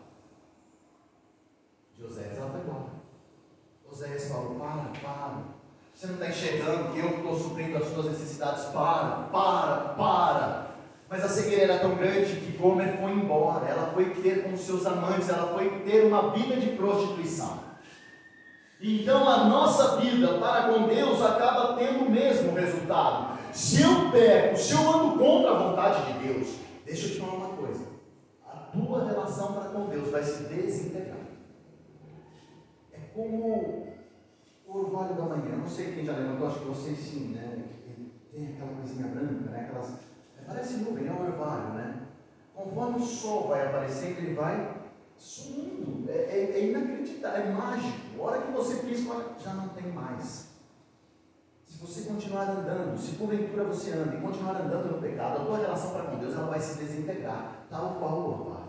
de Oséias. Ela foi embora. Oséias falou: para, para. Você não está enxergando que eu estou suprindo as suas necessidades? Para, para, para. Mas a cegueira era tão grande que Gomer foi embora. Ela foi ter com seus amantes, ela foi ter uma vida de prostituição. Então a nossa vida para com Deus acaba tendo o mesmo resultado. Se eu peco, se eu ando contra a vontade de Deus, deixa eu te falar uma coisa: a tua relação para com Deus vai se desintegrar. É como o orvalho da manhã. Eu não sei quem já levantou, acho que vocês sim, né? Tem aquela coisinha branca, né? Aquelas, parece nuvem, é um orvalho, né? Conforme o sol vai aparecendo, ele vai sumindo. É, é, é inacreditável, é mágico. A hora que você pisca, já não tem mais. Se você continuar andando, se porventura você anda e continuar andando no pecado, a tua relação para com Deus, ela vai se desintegrar, tal qual o orvalho.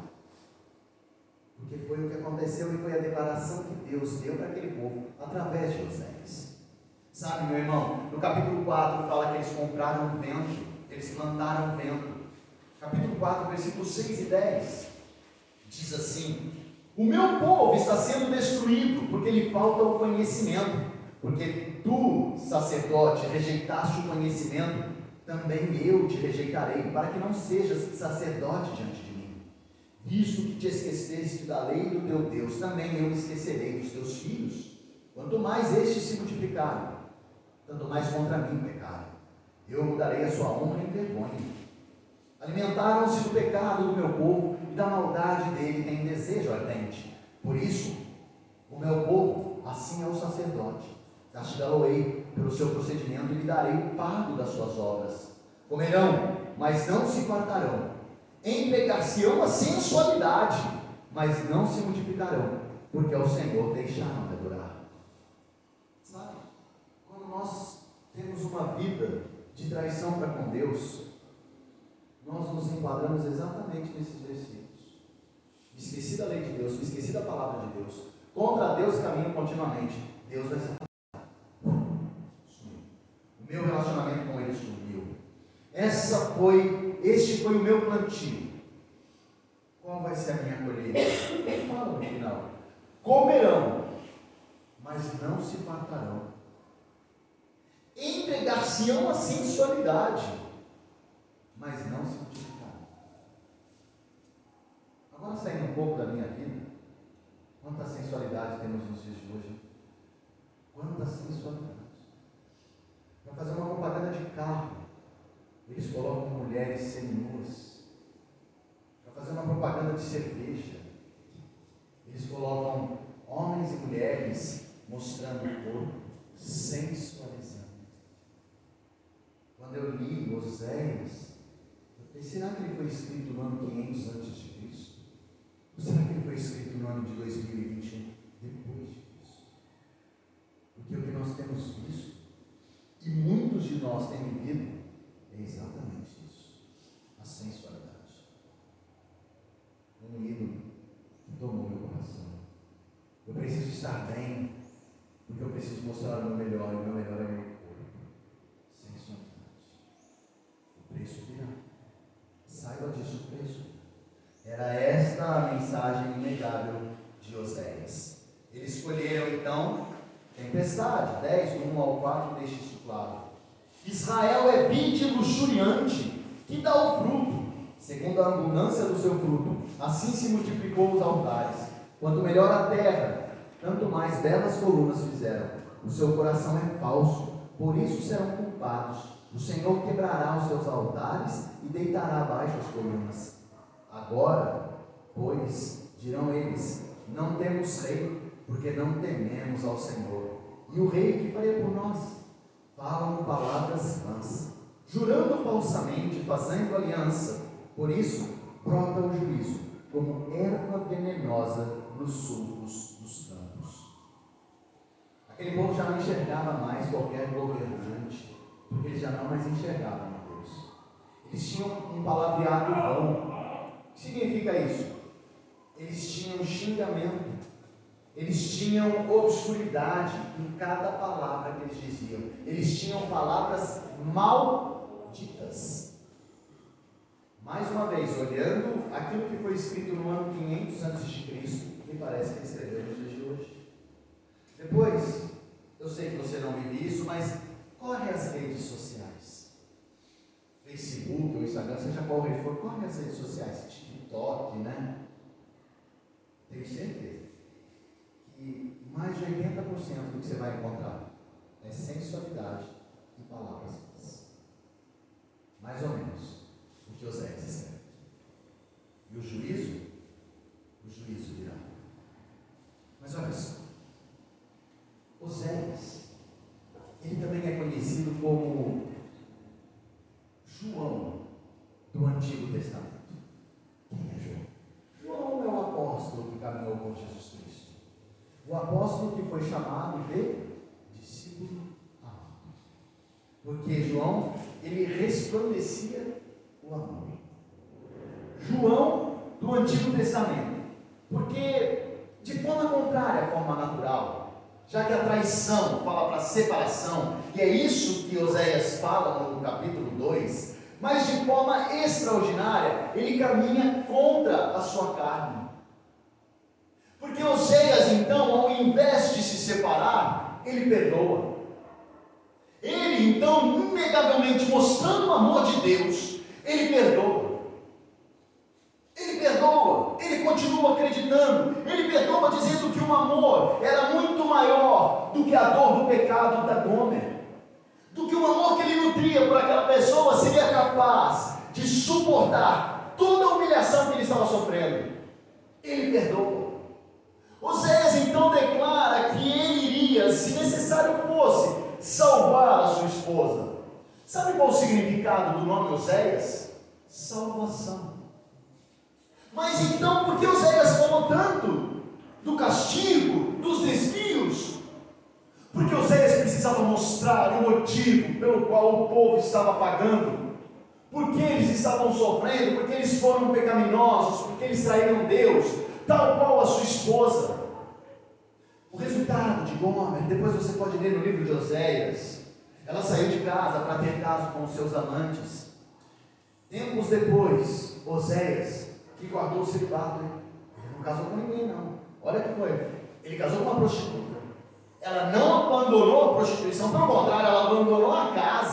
Porque foi o que aconteceu e foi a declaração que Deus deu para aquele povo através de Oséias. Sabe, meu irmão, no capítulo quatro fala que eles compraram vento, eles plantaram vento. Capítulo quatro, versículos seis e dez diz assim: o meu povo está sendo destruído porque lhe falta o conhecimento. Porque tu, sacerdote, rejeitaste o conhecimento, também eu te rejeitarei, para que não sejas sacerdote diante de mim. Visto que te esqueceste da lei do teu Deus, também eu me esquecerei dos teus filhos. Quanto mais estes se multiplicarem, tanto mais contra mim pecaram. Eu mudarei a sua honra em vergonha. Alimentaram-se do pecado do meu povo, e da maldade dele tem desejo ardente. Por isso, o meu povo, assim é o sacerdote. Castigá-lo-ei pelo seu procedimento e lhe darei o pago das suas obras. Comerão, mas não se fartarão. Entregar-se-ão a sensualidade, mas não se multiplicarão, porque ao Senhor deixaram de adorar. Sabe, quando nós temos uma vida de traição para com Deus, nós nos enquadramos exatamente nesses versículos. Me esqueci da lei de Deus, me esqueci da palavra de Deus. Contra Deus caminho continuamente. Deus vai se afastar. Sumiu. O meu relacionamento com Ele sumiu. Essa foi, este foi o meu plantio. Qual vai ser a minha colheita? Ele fala no final: comerão, mas não se fartarão. apegar-se-ão à sensualidade, mas não se multiplicarão. Agora, saindo um pouco da minha vida, quanta sensualidade temos nos dias de hoje? Quanta sensualidade. Para fazer uma propaganda de carro, eles colocam mulheres seminuas. Para fazer uma propaganda de cerveja, eles colocam homens e mulheres mostrando o corpo, sensualizando. Quando eu li Oséias, eu pensei, será que ele foi escrito no ano quinhentos antes de Cristo? Ou será que ele foi escrito no ano de dois mil e vinte e um, depois de Cristo? Porque o que nós temos visto, e muitos de nós têm vivido, é exatamente isso, a sensualidade. Um ídolo que tomou meu coração. Eu preciso estar bem, porque eu preciso mostrar o meu melhor, e o meu melhor é meu corpo. Sensualidade. O preço virá. Saiba disso, o preço. Era esta a mensagem inegável de Oséias. Eles escolheram então tempestade. dez, do um ao quatro, deixa isso claro. Israel é vide luxuriante, que dá o fruto, segundo a abundância do seu fruto. Assim se multiplicou os altares. Quanto melhor a terra, tanto mais belas colunas fizeram. O seu coração é falso, por isso serão culpados. O Senhor quebrará os seus altares e deitará abaixo as colunas. Agora, pois, dirão eles, não temos rei, porque não tememos ao Senhor. E o rei que faria por nós? Falam palavras vãs, jurando falsamente, fazendo aliança. Por isso, brota o juízo, como erva venenosa nos sulcos dos campos. Aquele povo já não enxergava mais qualquer governante, porque eles já não mais enxergavam a Deus. Eles tinham um palavreado vão. O que significa isso? Eles tinham xingamento, eles tinham obscuridade em cada palavra que eles diziam. Eles tinham palavras malditas. Mais uma vez, olhando aquilo que foi escrito no ano quinhentos antes de Cristo, me parece que ele escreveu nos dias de hoje. Depois, eu sei que você não vive isso, mas corre as redes sociais. Facebook ou Instagram, seja qual rede for, corre as redes sociais, TikTok, né? Tenho certeza que mais de oitenta por cento do que você vai encontrar é sensualidade e palavras vãs. Mais ou menos o que Oséias escreve. E o juízo, o juízo virá. Mas olha só, Oséias, ele também é conhecido como João do Antigo Testamento. Quem é João? João é o apóstolo que caminhou com Jesus Cristo. O apóstolo que foi chamado de discípulo amado. Porque João, ele resplandecia o amor. João do Antigo Testamento. Porque, de forma contrária à forma natural, já que a traição fala para separação, e é isso que Oséias fala no capítulo dois, mas de forma extraordinária, ele caminha contra a sua carne. Porque Oséias, então, ao invés de se separar, ele perdoa. Ele, então, inegavelmente mostrando o amor de Deus, ele perdoa. Ele perdoa, ele continua acreditando, ele perdoa dizendo que o amor era muito maior do que a dor do pecado da Gomer. Do que o amor que ele nutria por aquela pessoa seria capaz de suportar toda a humilhação que ele estava sofrendo. Ele perdoa. Oséias então declara que ele iria, se necessário fosse, salvar a sua esposa. Sabe qual o significado do nome Oséias? Salvação. Mas então, por que Oséias falou tanto do castigo, dos desvios? Porque Oséias precisava mostrar o motivo pelo qual o povo estava pagando, porque eles estavam sofrendo, porque eles foram pecaminosos, porque eles traíram Deus, tal qual a sua esposa. O resultado de Gomer, depois você pode ler no livro de Oséias, ela saiu de casa para ter caso com os seus amantes. Tempos depois, Oséias, que guardou o celibato, ele não casou com ninguém não, olha que coisa, ele casou com uma prostituta. Ela não abandonou a prostituição, pelo contrário, ela abandonou a casa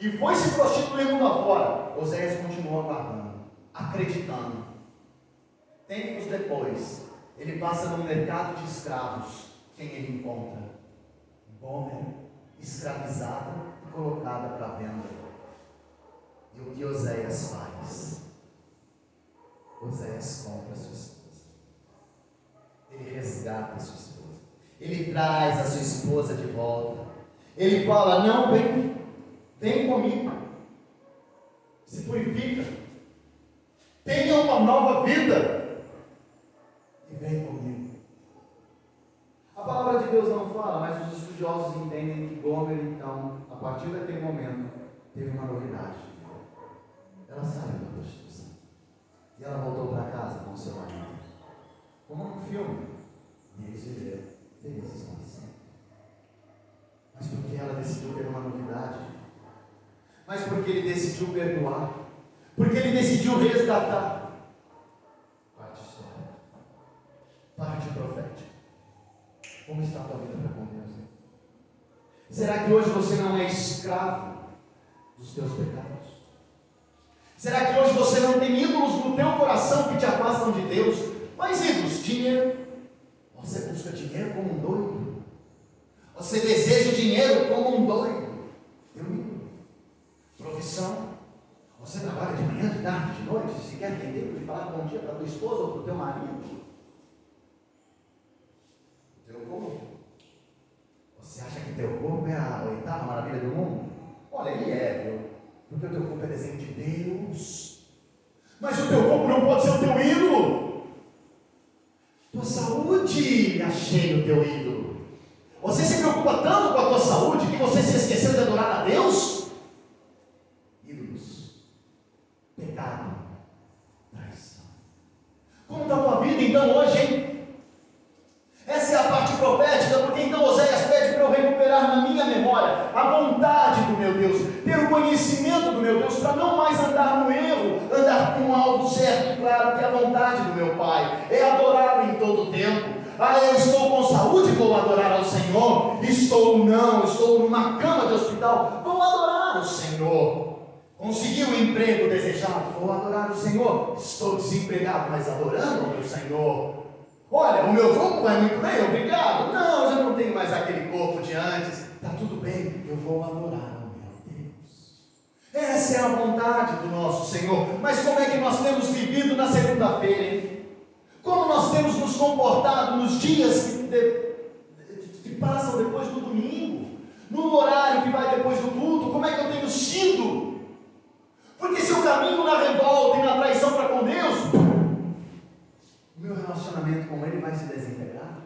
e foi se prostituir mundo afora, Oséias continuou aguardando, acreditando. Tempos depois, ele passa no mercado de escravos. Quem ele encontra? Gomer, escravizada e colocada para venda. E o que Oséias faz? Oséias compra a sua esposa. Ele resgata a sua esposa. Ele traz a sua esposa de volta. Ele fala: não, vem, vem comigo. Se purifica. Tenha uma nova vida. E vem comigo. A palavra de Deus não fala, mas os estudiosos entendem que Gomer, então, a partir daquele momento, teve uma novidade. Ela saiu da prostituição. E ela voltou para casa com o seu marido. Como um filme. E eles viveram felizes para sempre. Mas porque ela decidiu ter uma novidade. Mas porque ele decidiu perdoar. Porque ele decidiu resgatar. Parte histórica. Parte profética. Como está a tua vida para com Deus? Hein? Será que hoje você não é escravo dos teus pecados? Será que hoje você não tem ídolos no teu coração que te afastam de Deus? Quais ídolos? Dinheiro. Você busca dinheiro como um doido. Você deseja o dinheiro como um doido. Teu ídolo. Profissão. Você trabalha de manhã, de tarde, de noite. Se quer vender, de falar bom dia para tua esposa ou para o teu marido. Teu corpo. Você acha que teu corpo é a oitava maravilha do mundo? Olha, ele é, viu? Porque o teu corpo é desenho de Deus. Mas o teu corpo não pode ser o teu ídolo. Tua saúde achei o teu ídolo. Você se preocupa tanto com a tua saúde que você se esqueceu de adorar a Deus? Ídolos. Pecado. Traição. Como está a tua vida então hoje, hein? Essa é a parte profética, porque então Oséias pede para eu recuperar na minha memória a vontade do meu Deus, ter o conhecimento do meu Deus, para não mais andar no erro, andar com algo certo e claro, que é a vontade do meu Pai, é adorá-lo em todo o tempo. Ah, eu estou com saúde, vou adorar ao Senhor. Estou não, estou numa cama de hospital, vou adorar o Senhor. Consegui o emprego desejado, vou adorar o Senhor. Estou desempregado, mas adorando o meu Senhor. Olha, o meu corpo vai muito bem, obrigado. Não, eu já não tenho mais aquele corpo de antes. Está tudo bem, eu vou adorar ao meu Deus. Essa é a vontade do nosso Senhor. Mas como é que nós temos vivido na segunda-feira, hein? Como nós temos nos comportado nos dias que, de, que passam depois do domingo? No horário que vai depois do culto? Como é que eu tenho sido? Porque se eu caminho na revolta e na traição para com Deus, meu relacionamento com Ele vai se desintegrar.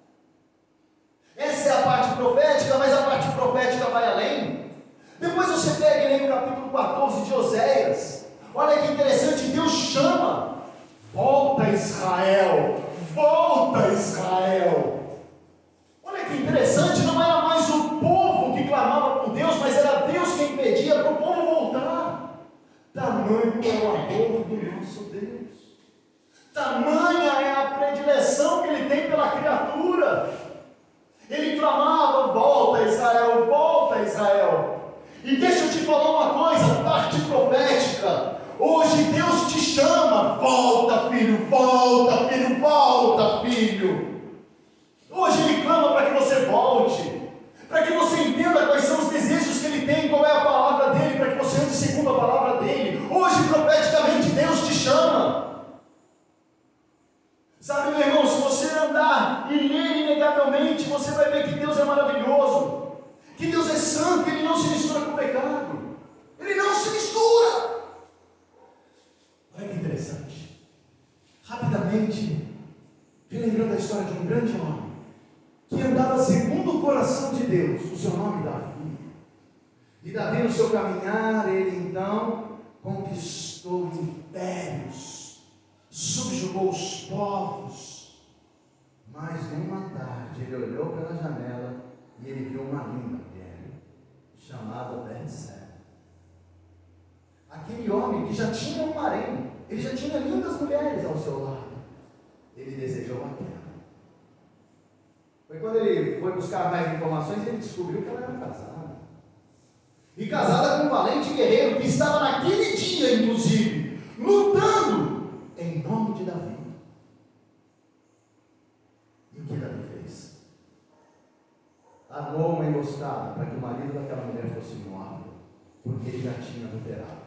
Essa é a parte profética, mas a parte profética vai além. Depois você pega e lê o capítulo quatorze de Oséias. Olha que interessante, Deus chama. Volta Israel, volta Israel. Olha que interessante, não era mais o povo que clamava por Deus, mas era Deus quem pedia para o povo voltar. Tamanho é o amor do nosso Deus. Tamanha é a predileção que ele tem pela criatura. Ele clamava: volta Israel, volta Israel. E deixa eu te falar uma coisa, parte profética. Hoje Deus te chama: volta filho, volta filho, volta filho. Hoje Ele clama para que você volte, para que você entenda quais são os desejos que Ele tem, qual é a palavra dEle, para que você ande segundo a palavra dEle. Hoje profeticamente Deus te chama. Sabe, meu irmão, se você andar e ler inegavelmente, você vai ver que Deus é maravilhoso, que Deus é santo, Ele não se mistura com o pecado. Ele não se mistura. Olha que interessante. Rapidamente, relembrando a história de um grande homem, que andava segundo o coração de Deus, o seu nome Davi. E Davi, no seu caminhar, ele então conquistou impérios, subjugou os povos. Mas numa tarde ele olhou pela janela e ele viu uma linda mulher chamada Betseba. Aquele homem que já tinha um harém, ele já tinha lindas mulheres ao seu lado, ele desejou aquela. Foi quando ele foi buscar mais informações, ele descobriu que ela era casada. E casada com um valente estava naquele dia, inclusive, lutando em nome de Davi. E o que Davi fez? Armou uma emboscada para que o marido daquela mulher fosse morto, porque ele já tinha adulterado.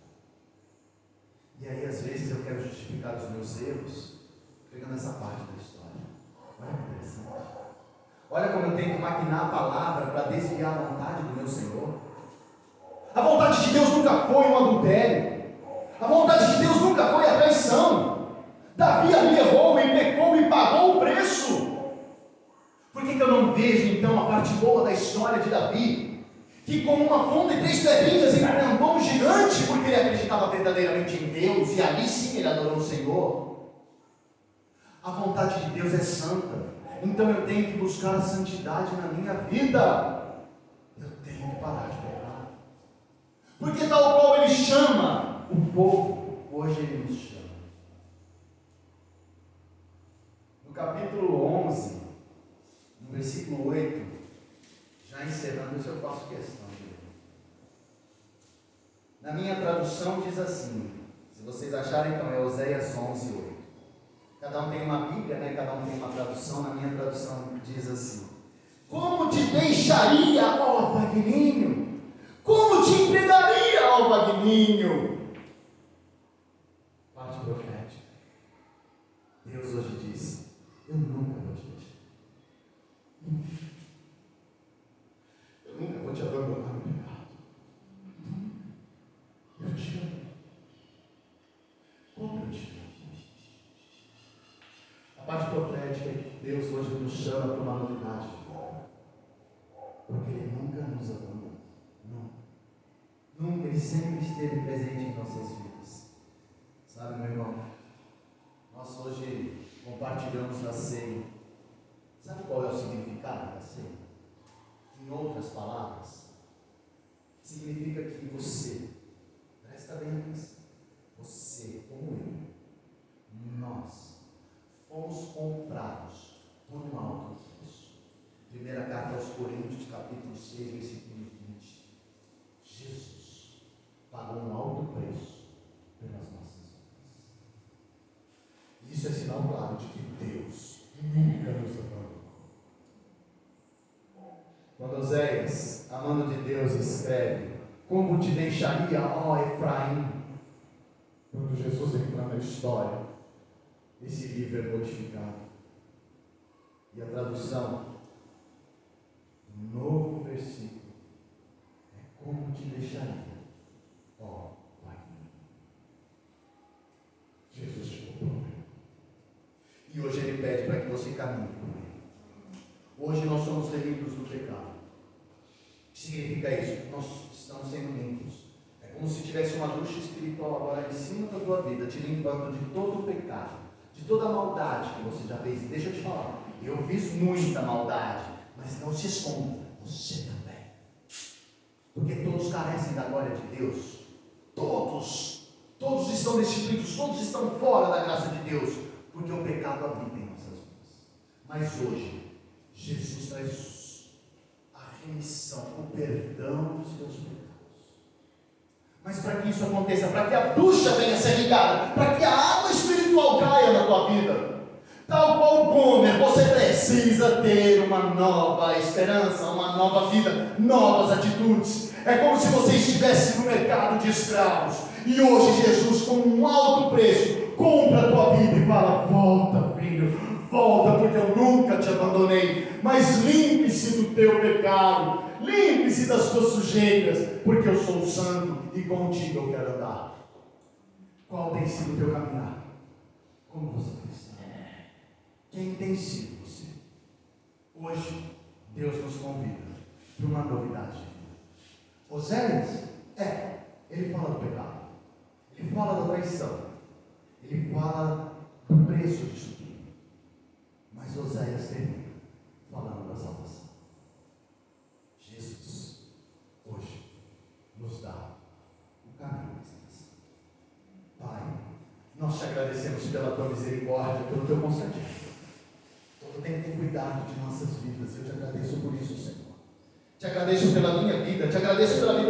E aí, às vezes, eu quero justificar os meus erros pegando essa parte da história. Olha que interessante. Olha como eu tenho que maquinar a palavra para desviar a vontade do meu Senhor. A vontade de Deus nunca foi um adultério. A vontade de Deus nunca foi a traição. Davi ali errou e pecou e pagou o preço. Por que que eu não vejo então a parte boa da história de Davi? Que com uma fonte de três pedrinhas enfrentou um gigante, porque ele acreditava verdadeiramente em Deus, e ali sim ele adorou o Senhor. A vontade de Deus é santa, então eu tenho que buscar a santidade na minha vida. Eu tenho que parar de pecar. Porque tal qual ele chama o povo, hoje ele nos chama. No capítulo onze, no versículo oito, já encerrando isso, eu faço questão de ler. Na minha tradução diz assim, se vocês acharem, então é Oséias onze, oito. Cada um tem uma Bíblia, né? Cada um tem uma tradução. Na minha tradução diz assim: como te deixaria, ó Vagninho? Como te entregaria, ó Vagninho? Parte profética. Deus hoje diz: eu nunca vou te deixar. Eu nunca vou te abandonar no pecado. Eu te amo. Como eu te amo? A parte profética é que Deus hoje nos chama para uma novidade. Porque Ele nunca nos abandonou. Nunca. Nunca. Ele sempre esteve presente em nossas vidas. Sabe, meu irmão? Nós hoje compartilhamos da ceia. Sabe qual é o significado da ceia? Em outras palavras, significa que você, presta bem atenção, você, como eu, nós, fomos comprados por um alto preço. Primeira carta aos Coríntios, capítulo seis, versículo vinte. Jesus pagou um alto preço pelas nossas vidas. Isso é sinal claro de que Deus nunca nos abandonou. Quando Oséias, amando de Deus, escreve: como te deixaria, ó Efraim? Quando Jesus entra na história, esse livro é modificado. E a tradução, novo versículo, é como te deixaria, ó Wagner. Jesus te comprou. E hoje Ele pede para que você caminhe com Ele. Hoje nós somos remidos do pecado. O que significa isso? Nós estamos sendo limpos. É como se tivesse uma ducha espiritual agora em cima da tua vida, te limpando de todo o pecado, de toda a maldade que você já fez. E deixa eu te falar, eu fiz muita maldade, mas não se esconda, você também. Porque todos carecem da glória de Deus. Todos. Todos estão destituídos, todos estão fora da graça de Deus, porque o pecado habita em nossas vidas. Mas hoje, Jesus traz a remissão, o perdão dos seus pecados. Mas para que isso aconteça, para que a ducha venha a ser ligada, para que a água espiritual caia na tua vida, tal qual Gomer, você precisa ter uma nova esperança, uma nova vida, novas atitudes. É como se você estivesse no mercado de escravos e hoje Jesus, com um alto preço, compra a tua vida e fala: volta, filho, volta, porque eu nunca te abandonei. Mas limpe-se do teu pecado, limpe-se das tuas sujeiras, porque eu sou santo e contigo eu quero andar. Qual tem sido o teu caminhar? Como você tem estado? Quem tem sido você? Hoje, Deus nos convida para uma novidade. Oséias, é, ele fala do pecado, ele fala da traição, ele fala do preço disso tudo. Mas Oséias termina falando da salvação. Jesus, hoje, nos dá o caminho da salvação. Pai, nós te agradecemos pela tua misericórdia, pelo teu constante. Todo tempo tem cuidado de nossas vidas. Eu te agradeço por isso, Senhor. Te agradeço pela minha vida, te agradeço pela vida daqueles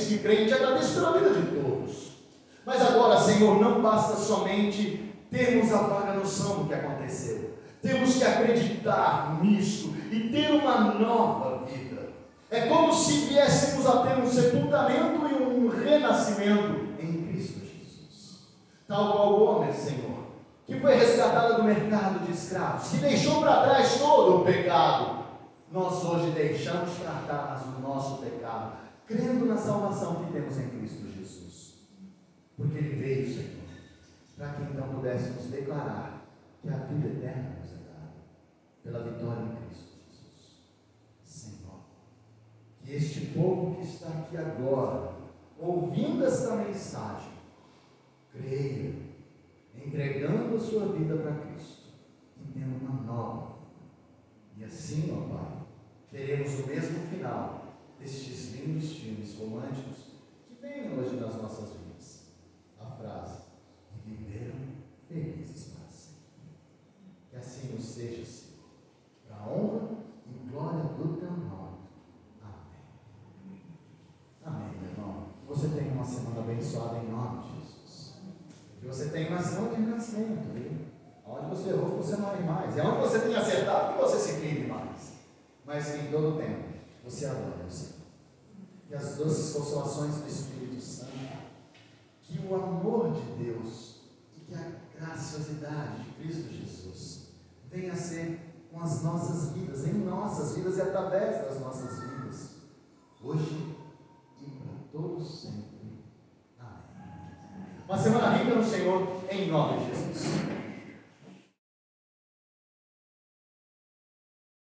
crentes de crente, agradeço pela vida de todos. Mas agora, Senhor, não basta somente termos a vaga noção do que aconteceu. Temos que acreditar nisso e ter uma nova vida. É como se viéssemos a ter um sepultamento e um renascimento em Cristo Jesus. Tal qual Gomer, Senhor, que foi resgatada do mercado de escravos, que deixou para trás todo o pecado. Nós hoje deixamos para trás o nosso pecado, crendo na salvação que temos em Cristo Jesus. Porque Ele veio, Senhor, para que então pudéssemos declarar que a vida eterna nos é dada pela vitória em Cristo Jesus. Senhor, que este povo que está aqui agora, ouvindo esta mensagem, creia, entregando a sua vida para Cristo e tendo uma nova. E assim, ó Pai, teremos o mesmo final destes lindos filmes românticos que vêm hoje nas nossas vidas. A frase: e viveram felizes para sempre. Que assim nos seja, Senhor, para a honra e glória do Teu nome. Amém. Amém, meu irmão. Que você tenha uma semana abençoada em nome de Jesus. Que você tenha uma semana de renascimento, viu? Onde você errou, que você não erre mais. E onde você tem acertado, que você se firme mais. Mas que em todo tempo você adore o Senhor. Que as doces consolações do Espírito Santo, que o amor de Deus e que a graciosidade de Cristo Jesus venha a ser com as nossas vidas, em nossas vidas e através das nossas vidas, hoje e para todos sempre. Amém. Uma semana rica no Senhor, em nome de Jesus.